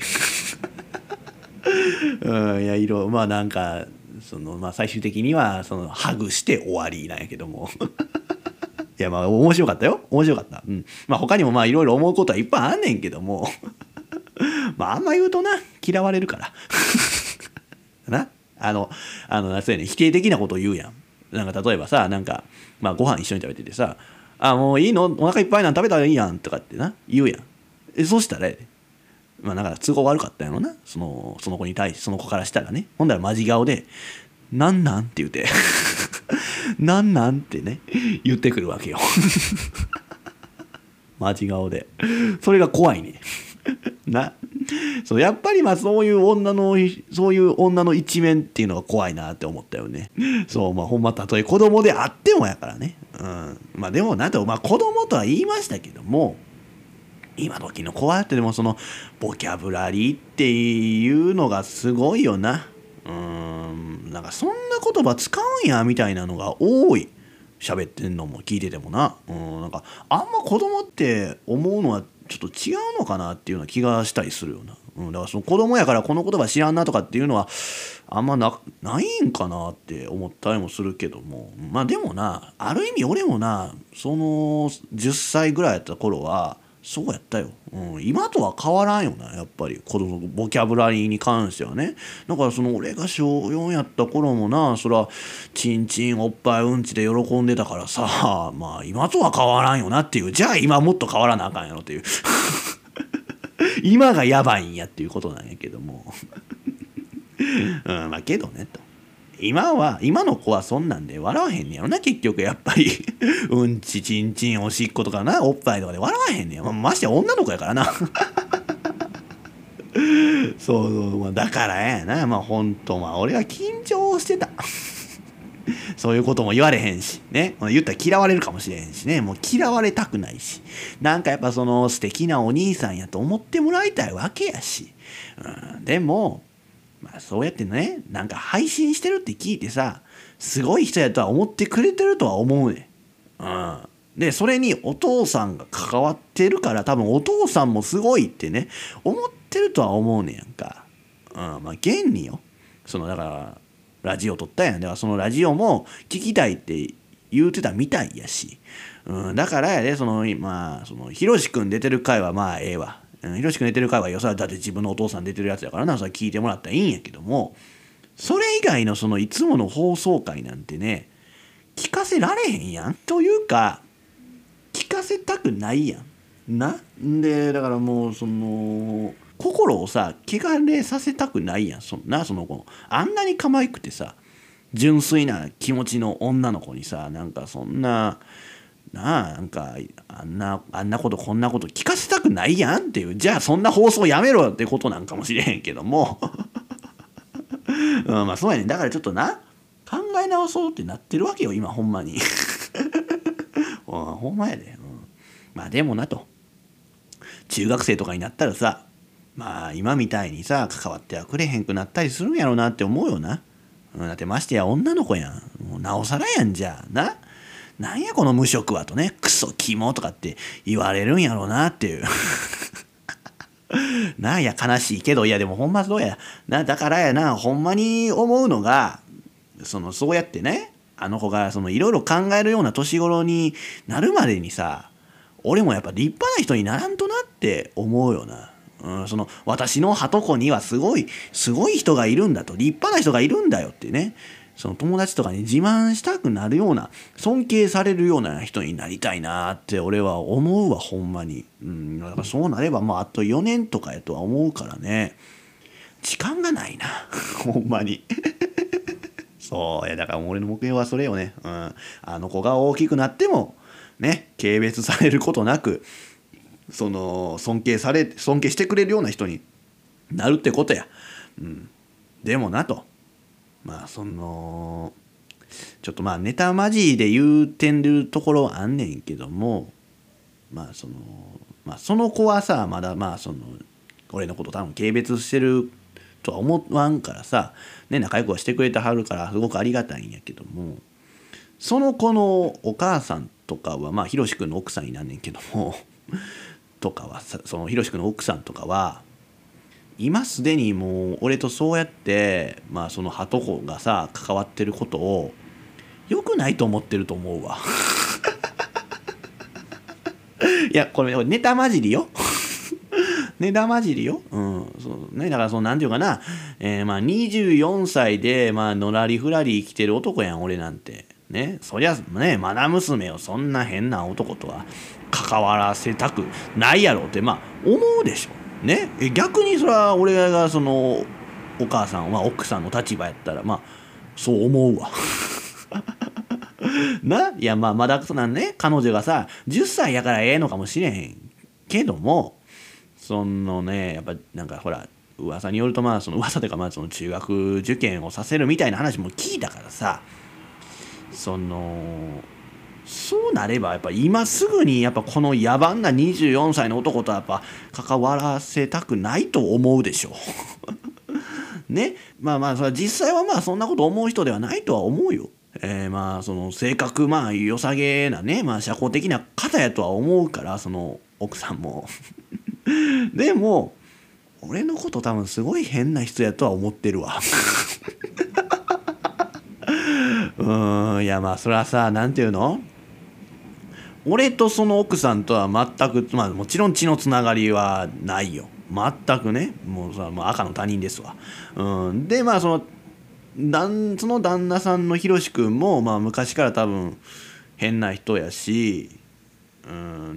うんいやいろまあなんかそのまあ最終的にはそのハグして終わりなんやけどもいやまあ面白かったよ面白かった、うん、まあ他にもまあいろいろ思うことはいっぱいあんねんけどもまああんま言うとな嫌われるからなあのあのそうやね否定的なことを言うやん。なんか例えばさなんかまあご飯一緒に食べててさ「あもういいのお腹いっぱいなん食べたらいいやん」とかってな言うやん。えそうしたらまあなんか都合悪かったんやろなそのその子に対してその子からしたらね。ほんだらマジ顔で「なんなん?」って言うて「なんなん?」ってね言ってくるわけよマジ顔で。それが怖いねな。そうやっぱりまあそういう女のそういう女の一面っていうのが怖いなって思ったよね。そうまあほんまたとえ子供であってもやからね。うんまあでもなんとまあ子供とは言いましたけども今時の子はってでもそのボキャブラリーっていうのがすごいよな。うんなんかそんな言葉使うんやみたいなのが多い。 喋ってんのも聞いててもな、うん、なんかあんま子供って思うのはちょっと違うのかなっていうような気がしたりするよな、うん、だからその子供やからこの言葉知らんなとかっていうのはあんま な, ないんかなって思ったりもするけども、まあでもなある意味俺もなそのじゅっさいぐらいやった頃はそうやったよ、うん、今とは変わらんよなやっぱり子供のボキャブラリーに関してはね。だからその俺が小よんやった頃もなそらチンチンおっぱいうんちで喜んでたからさ、まあ今とは変わらんよなっていう、じゃあ今もっと変わらなあかんやろっていう今がやばいんやっていうことなんやけどもうん、まあけどねと今は今の子はそんなんで笑わへんねやろな結局やっぱりうんちちんちんおしっことかなおっぱいとかで笑わへんねや、まあ、ましてや女の子やからなそうそう、まあ、だからやなまあほんとまあ俺は緊張してたそういうことも言われへんしね言ったら嫌われるかもしれへんしねもう嫌われたくないしなんかやっぱその素敵なお兄さんやと思ってもらいたいわけやし、うん、でもまあそうやってねなんか配信してるって聞いてさすごい人やとは思ってくれてるとは思うねん、うん、でそれにお父さんが関わってるから多分お父さんもすごいってね思ってるとは思うねやんか、うん、まあ現によそのだからラジオ撮ったやんではそのラジオも聞きたいって言うてたみたいやし、うん、だからやでそのまあそのひろしくん出てる回はまあええわひろしくん出てる回はよそはだって自分のお父さん出てるやつやからなそれ聞いてもらったらいいんやけどもそれ以外のそのいつもの放送回なんてね聞かせられへんやんというか聞かせたくないやんなんでだからもうその心をさ汚れさせたくないやんそんなその子あんなに可愛くてさ純粋な気持ちの女の子にさなんかそんななあなんかあんなあんなことこんなこと聞かせたくないやんっていうじゃあそんな放送やめろってことなんかもしれへんけども、うん、まあそうやねんだからちょっとな考え直そうってなってるわけよ今ほんまに、うん、ほんまやで、うん、まあでもなと中学生とかになったらさまあ今みたいにさ関わってはくれへんくなったりするんやろうなって思うよな、うん、だってましてや女の子やんもうなおさらやんじゃあななんやこの無職はとねクソキモとかって言われるんやろうなっていうなあいや悲しいけどいやでもほんまそうやなだからやなほんまに思うのがそのそうやってねあの子がそのいろいろ考えるような年頃になるまでにさ俺もやっぱ立派な人にならんとなって思うよな、うん、その私のはとこにはすごいすごい人がいるんだと立派な人がいるんだよってねその友達とかに自慢したくなるような尊敬されるような人になりたいなって俺は思うわほんまに、うん、だからそうなればまああとよねんとかやとは思うからね時間がないなほんまにそういやだから俺の目標はそれよね、うん、あの子が大きくなってもね軽蔑されることなくその尊敬され尊敬してくれるような人になるってことや、うん、でもなとまあそのちょっとまあネタマジで言うてるところはあんねんけどもまあそのまあその子はさまだまあその俺のこと多分軽蔑してるとは思わんからさ、ね、仲良くはしてくれてはるからすごくありがたいんやけどもその子のお母さんとかはまあひろしくんの奥さんになんねんけどもとかはさそのひろしくんの奥さんとかは今すでにもう俺とそうやってまあそのはとこがさ関わってることを良くないと思ってると思うわいやこれネタ混じりよネタ混じりよ、うんそうね、だからそのなんていうかな、えー、まあにじゅうよんさいでまあのらりふらり生きてる男やん俺なんてねそりゃねマナ娘をそんな変な男とは関わらせたくないやろってまあ思うでしょね、逆にそれは俺がそのお母さんは奥さんの立場やったらまあそう思うわないやまあまだそんなんね彼女がさじゅっさいやからええのかもしれへんけどもそのねやっぱなんかほら噂によるとまあその噂というかまあその中学受験をさせるみたいな話も聞いたからさそのそうなればやっぱ今すぐにやっぱこの野蛮なにじゅうよんさいの男とやっぱ関わらせたくないと思うでしょねまあまあそれ実際はまあそんなこと思う人ではないとは思うよえー、まあその性格まあ良さげなね、まあ、社交的な方やとは思うから、その奥さんもでも俺のこと多分すごい変な人やとは思ってるわうーん、いやまあそれはさ、なんていうの、俺とその奥さんとは全く、まあもちろん血のつながりはないよ、全くね、もうさ、もう赤の他人ですわ。うん、でまあその旦その旦那さんのひろしくんも、まあ、昔から多分変な人やし、うん、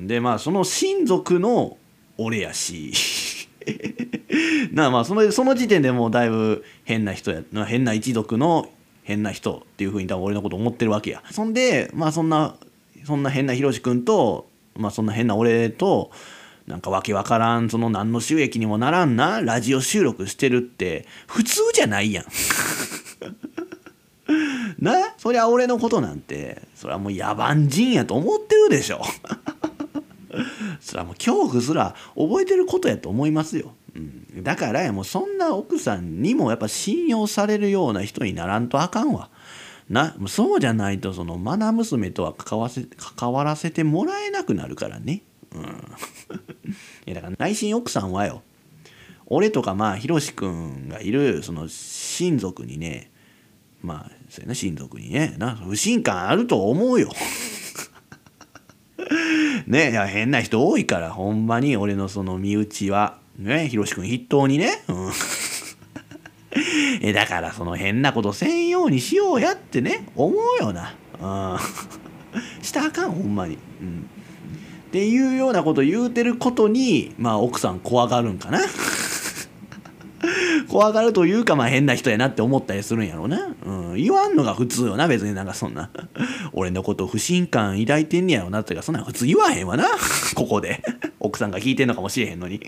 でまあその親族の俺やしなあ、まあそのその時点でもうだいぶ変な人や、変な一族の変な人っていうふうに多分俺のこと思ってるわけや。そんでまあそんなそんな変なひろしくんと、まあ、そんな変な俺となんかわけわからん、その何の収益にもならんなラジオ収録してるって普通じゃないやんな、そりゃ俺のことなんてそりゃもう野蛮人やと思ってるでしょそりゃもう恐怖すら覚えてることやと思いますよ、うん、だからやもうそんな奥さんにもやっぱ信用されるような人にならんとあかんわな。そうじゃないとそのマナ娘とは関わせ関わらせてもらえなくなるからね、うん、いやだから内心奥さんはよ、俺とかまあひろしくんがいるその親族にね、まあそうやな、親族にねな不信感あると思うよね、いや変な人多いからほんまに俺のその身内はね、ひろしくん筆頭にね、うん、えだからその変なことせんようにしようやってね思うよな、うん、したらあかんほんまに、うん、っていうようなこと言うてることにまあ奥さん怖がるんかな怖がるというか、まあ変な人やなって思ったりするんやろうな、うん、言わんのが普通よな、別になんかそんな俺のこと不信感抱いてんねやろなってか、そんなん普通言わへんわなここで奥さんが聞いてんのかもしれへんのに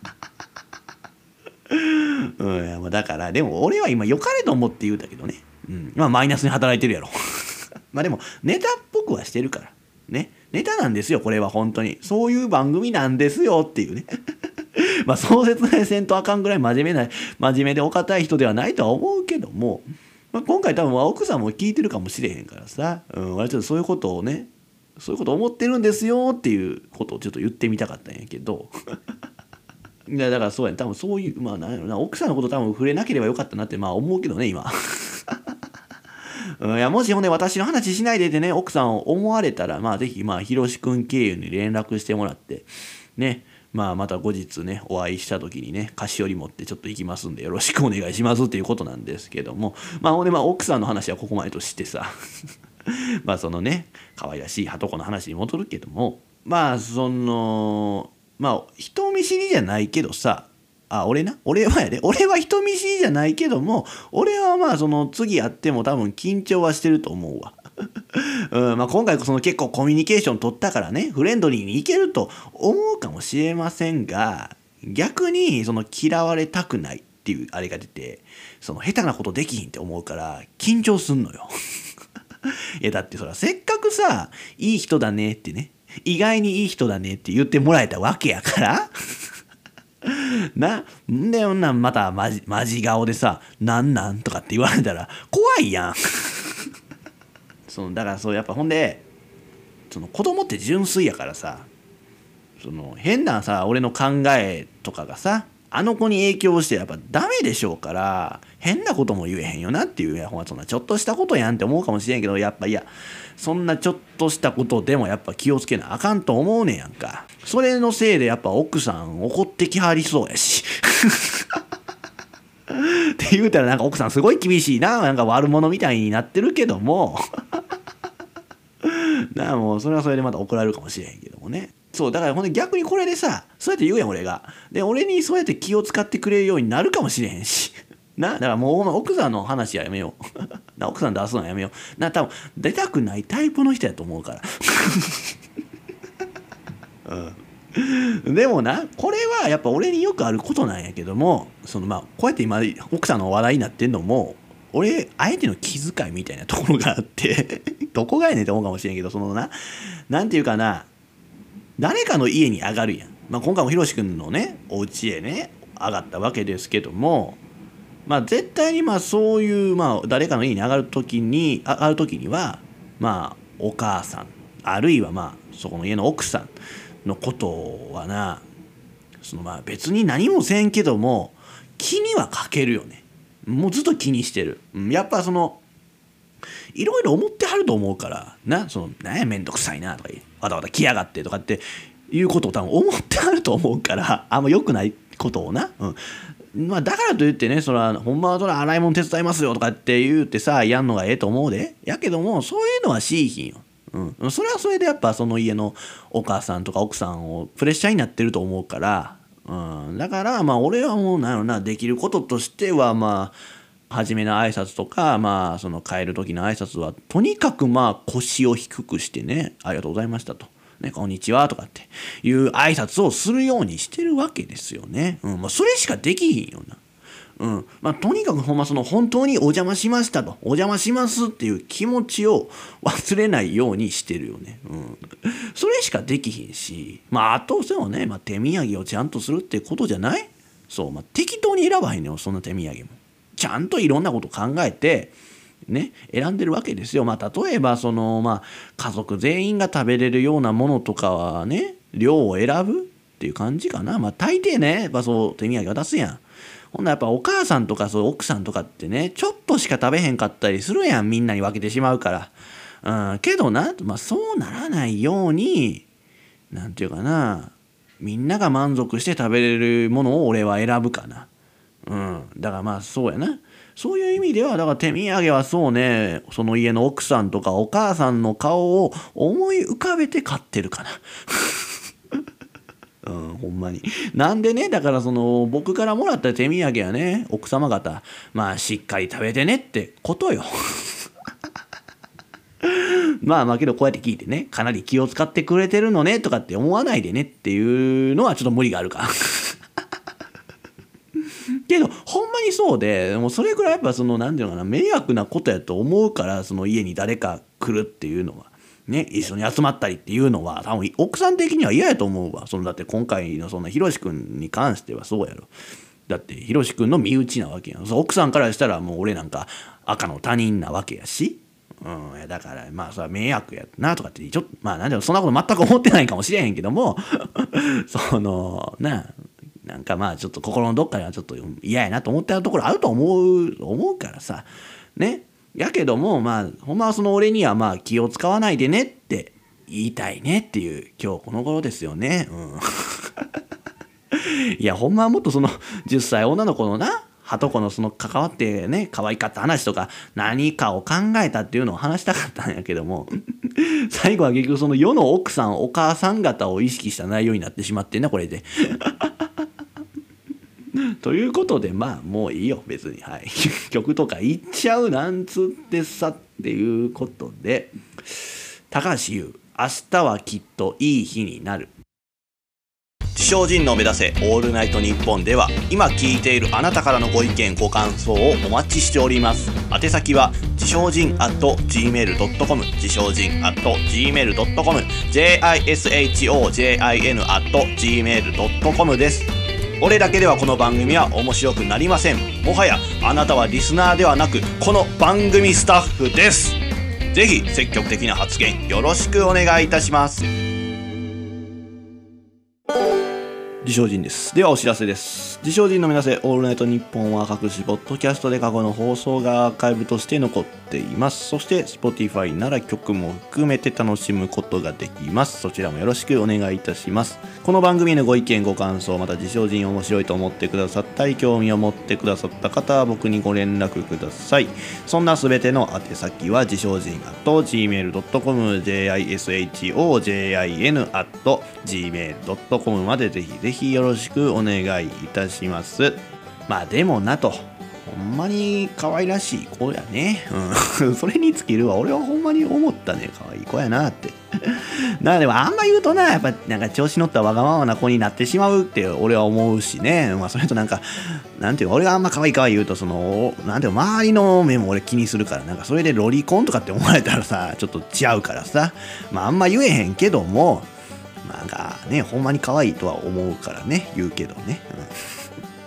うん、いやまあだからでも俺は今良かれと思って言うたけどね、うん、まあマイナスに働いてるやろまあでもネタっぽくはしてるからね、ネタなんですよこれは、本当にそういう番組なんですよっていうねまあそう説明せんとあかんぐらい真面目な真面目でお堅い人ではないとは思うけども、まあ、今回多分奥さんも聞いてるかもしれへんからさ、うん、割とそういうことをね、そういうこと思ってるんですよっていうことをちょっと言ってみたかったんやけどいやだからそうやね、多分そういうまあなんやろな、奥さんのこと多分触れなければよかったなってまあ思うけどね今うん、いやもしほんで私の話しないでてね奥さんを思われたら、まあぜひまあひろしくん経由に連絡してもらってね、まあまた後日ねお会いした時にね菓子折り持ってちょっと行きますんでよろしくお願いしますっていうことなんですけども、まあほんでまあ奥さんの話はここまでとしてさまあそのね可愛らしいはとこの話に戻るけども、まあそのまあ人見知りじゃないけどさ、あ俺な俺はやで俺は人見知りじゃないけども俺はまあその次やっても多分緊張はしてると思うわうんまあ、今回その結構コミュニケーション取ったからねフレンドリーにいけると思うかもしれませんが、逆にその嫌われたくないっていうあれが出て、その下手なことできひんって思うから緊張すんのよいやだってそらせっかくさいい人だねってね、意外にいい人だねって言ってもらえたわけやからなんで女またマジマジ顔でさなんなんとかって言われたら怖いやんそのだからそうやっぱほんでその子供って純粋やからさ、その変なさ俺の考えとかがさあの子に影響してやっぱダメでしょうから、変なことも言えへんよなっていう、いやほんまそんなちょっとしたことやんって思うかもしれんけど、やっぱいやそんなちょっとしたことでもやっぱ気をつけなあかんと思うねやんか。それのせいでやっぱ奥さん怒ってきはりそうやしって言うたらなんか奥さんすごい厳しいな、なんか悪者みたいになってるけどもなあもうそれはそれでまた怒られるかもしれへんけどもね。そうだからほんで逆にこれでさそうやって言うやん俺が、で俺にそうやって気を使ってくれるようになるかもしれへんしな、だからもう奥さんの話はやめような、奥さん出すのはやめような、多分出たくないタイプの人やと思うからうん、でもなこれはやっぱ俺によくあることなんやけども、そのまあこうやって今奥さんの話題になってんのも俺相手の気遣いみたいなところがあってどこがやねんって思うかもしれんけど、そのななんていうかな、誰かの家に上がるやん、まあ、今回もひろしくんのねお家へね上がったわけですけども、 まあ絶対にまあそういうまあ誰かの家に上がる時に上がる時にはまあお母さんあるいはまあそこの家の奥さんのことはな、そのまあ別に何もせんけども気にはかけるよね。もうずっと気にしてる。やっぱそのいろいろ思ってはると思うからな、そのなんやめんどくさいなとかわたわた来やがってとかっていうことを多分思ってはると思うから、あんま良くないことをな、うん、まあだからといってね、それはほんまはそれ洗い物手伝いますよとかって言うてさやんのがええと思うで。やけどもそういうのはしいひんよ。うん、それはそれでやっぱその家のお母さんとか奥さんをプレッシャーになってると思うから、うん、だからまあ俺はもうなんやろな、できることとしてはまあ初めの挨拶とかまあその帰る時の挨拶はとにかくまあ腰を低くしてね、ありがとうございましたと。ね、こんにちはとかっていう挨拶をするようにしてるわけですよね。うん、まあ、それしかできひんよな。うんまあ、とにかくほんまその本当にお邪魔しましたとお邪魔しますっていう気持ちを忘れないようにしてるよね。うん、それしかできひんし、まああとそうね、まあ、手土産をちゃんとするってことじゃない。そう、まあ、適当に選ばへんのよ、そんな手土産も。ちゃんといろんなこと考えてね選んでるわけですよ。まあ例えばそのまあ家族全員が食べれるようなものとかはね量を選ぶっていう感じかな。まあ大抵ねやっぱそう手土産渡すやん。ほんならやっぱお母さんとかそう奥さんとかってねちょっとしか食べへんかったりするやん、みんなに分けてしまうから。うん、けどな、まあ、そうならないようになんていうかな、みんなが満足して食べれるものを俺は選ぶかな。うん、だからまあそうやな。そういう意味ではだから手土産はそうね、その家の奥さんとかお母さんの顔を思い浮かべて買ってるかな。うん、ほんまに。なんでね、だからその僕からもらった手土産はね、奥様方まあしっかり食べてねってことよ。まあまあけどこうやって聞いてね、かなり気を使ってくれてるのねとかって思わないでねっていうのはちょっと無理があるか。けどほんまにそうで、もうそれぐらいやっぱその何ていうのかな、迷惑なことやと思うから、その家に誰か来るっていうのは。ね、一緒に集まったりっていうのは多分奥さん的には嫌やと思うわ。そのだって今回のそんなひろしくんに関してはそうやろ。だってひろしくんの身内なわけやん。奥さんからしたらもう俺なんか赤の他人なわけやし、うん、だからまあそれは迷惑やなとかってちょっとまあなんでもそんなこと全く思ってないかもしれへんけどもそのななんかまあちょっと心のどっかではちょっと嫌やなと思ってるところあると思う思うからさね。やけどもまあほんまはその俺にはまあ気を使わないでねって言いたいねっていう今日この頃ですよね。うん、いやほんまはもっとそのじゅっさい女の子のなはとこのその関わってね可愛かった話とか何かを考えたっていうのを話したかったんやけども最後は結局その世の奥さんお母さん方を意識した内容になってしまってんなこれで。ということでまあもういいよ別に、はい、曲とか言っちゃうなんつってさっていうことで、高橋優明日はきっといい日になる。自称人の目指せオールナイトニッポンでは今聞いているあなたからのご意見ご感想をお待ちしております。宛先は自称人 アットジーメールドットコム 自称人 アットジーメールドットコム ジェイアイエスエイチオージェイアイエヌ アットジーメールドットコム です。俺だけではこの番組は面白くなりません。もはやあなたはリスナーではなくこの番組スタッフです。ぜひ積極的な発言よろしくお願いいたします。自称人です。ではお知らせです。自称人の皆さん、オールナイトニッポンは各種ポッドキャストで過去の放送がアーカイブとして残っています。そして Spotify なら曲も含めて楽しむことができます。そちらもよろしくお願いいたします。この番組のご意見ご感想、また自称人面白いと思ってくださったり興味を持ってくださった方は僕にご連絡ください。そんなすべての宛先は自称人 アットジーメールドットコム ジェイアイエスエイチオージェイアイエヌ アットジーメールドットコム までぜひぜひよろしくお願いいたします。まあでもなと、ほんまに可愛らしい子やね。うん、それに尽きるわ。俺はほんまに思ったね。可愛い子やなって。なでもあんま言うとな、やっぱなんか調子乗ったわがままな子になってしまうって俺は思うしね。まあそれとなんかなんていうか、俺があんま可愛い可愛い言うとそのなんていうか周りの目も俺気にするから、なんかそれでロリコンとかって思われたらさちょっと違うからさ、まああんま言えへんけども。なんかね、ほんまに可愛いとは思うからね、言うけどね。うん、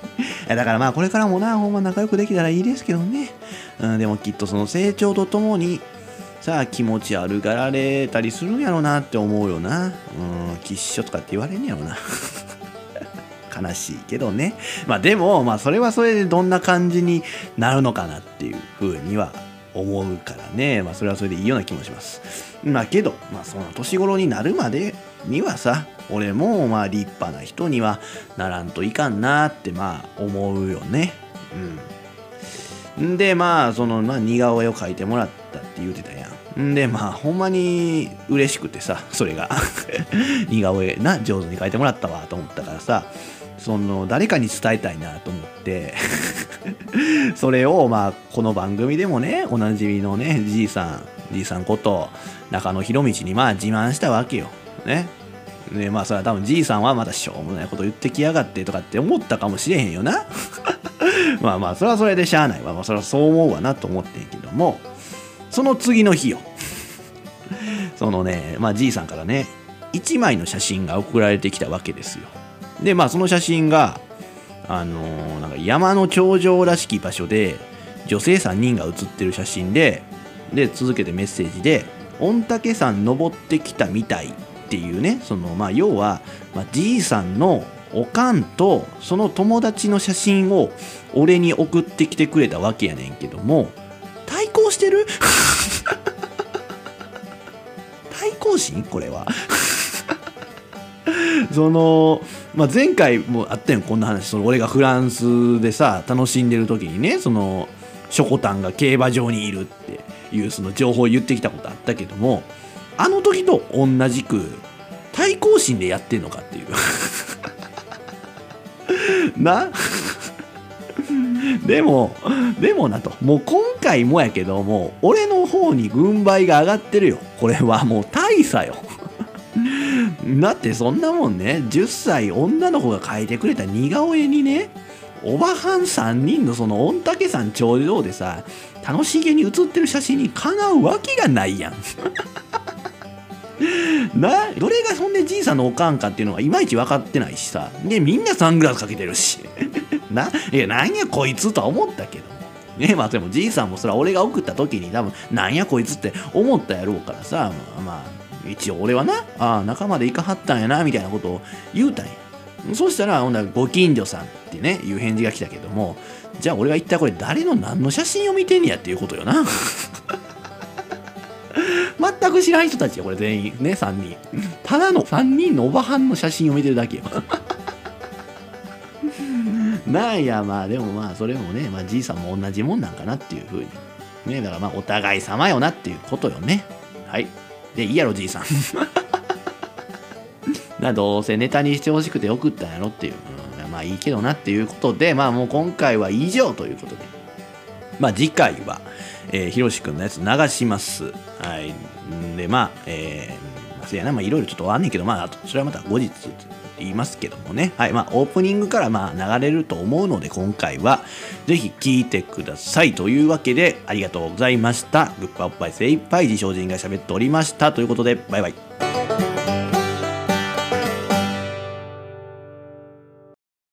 やだからまあこれからもなほんま仲良くできたらいいですけどね、うん、でもきっとその成長とともにさあ気持ち悪がられたりするんやろなって思うよな。うん、きっしょとかって言われんやろな悲しいけどね。まあでもまあそれはそれでどんな感じになるのかなっていうふうには思うからね。まあそれはそれでいいような気もします。まあけどまあそんな年頃になるまでにはさ、俺もまあ立派な人にはならんといかんなってまあ思うよね。うん。んでまあそのまあ似顔絵を描いてもらったって言うてたやん。んでまあほんまに嬉しくてさ、それが似顔絵な上手に描いてもらったわと思ったからさ、その誰かに伝えたいなと思ってそれをまあこの番組でもねおなじみのねじいさんじいさんこと中野博道にまあ自慢したわけよね。でまあそれは多分じいさんはまたしょうもないこと言ってきやがってとかって思ったかもしれへんよなまあまあそれはそれでしゃあないわ、まあ、それはそう思うわなと思ってんけども、その次の日よそのねまあじいさんからねいちまいの写真が送られてきたわけですよ。でまあその写真があのー、なんか山の頂上らしき場所で女性さんにんが写ってる写真で、で続けてメッセージで御嶽山登ってきたみたいっていうね、そのまあ要は、まあ、じいさんのおかんとその友達の写真を俺に送ってきてくれたわけやねんけども、対抗してる対抗心これはその、まあ、前回もあったよこんな話。その俺がフランスでさ楽しんでる時にね、そのショコタンが競馬場にいるっていうその情報を言ってきたことあったけども、あの時と同じく対抗心でやってんのかっていうなでもでもなと、もう今回もやけども俺の方に軍配が上がってるよ。これはもう大差よだってそんなもんね、じゅっさい女の子が描いてくれた似顔絵にね、おばはんさんにんのその御嶽山頂上でさ楽しげに写ってる写真にかなうわけがないやんな、どれがそんでじいさんのおかんかっていうのがいまいち分かってないしさ、でみんなサングラスかけてるしないやなんやこいつとは思ったけどね。まあでもじいさんもそれは俺が送った時に多分なんやこいつって思ったやろうからさ、まあ、まあ一応俺はな、ああ仲間で行かはったんやなみたいなことを言うたんや。そしたらほんならご近所さんってねいう返事が来たけども、じゃあ俺が一体これ誰の何の写真を見てんねやっていうことよな全く知らん人たちよこれ全員ね、さんにんただのさんにんのおばはんの写真を見てるだけよなんやまあでもまあそれもね、まあ、じいさんも同じもんなんかなっていうふうにね、だからまあお互い様よなっていうことよね。はいでいいやろじいさんな、どうせネタにしてほしくて送ったんやろっていう、うん、まあいいけどなっていうことで、まあもう今回は以上ということで、まあ次回は、えー、ひろしくんのやつ流します。はい。でまあえー、まあ、そうやな、まあいろいろちょっとあんねんけど、まあそれはまた後日言いますけどもね。はい。まあオープニングからまあ流れると思うので、今回はぜひ聞いてくださいというわけで、ありがとうございました。グッパおっぱい精一杯自称人が喋っておりましたということで、バイバイ。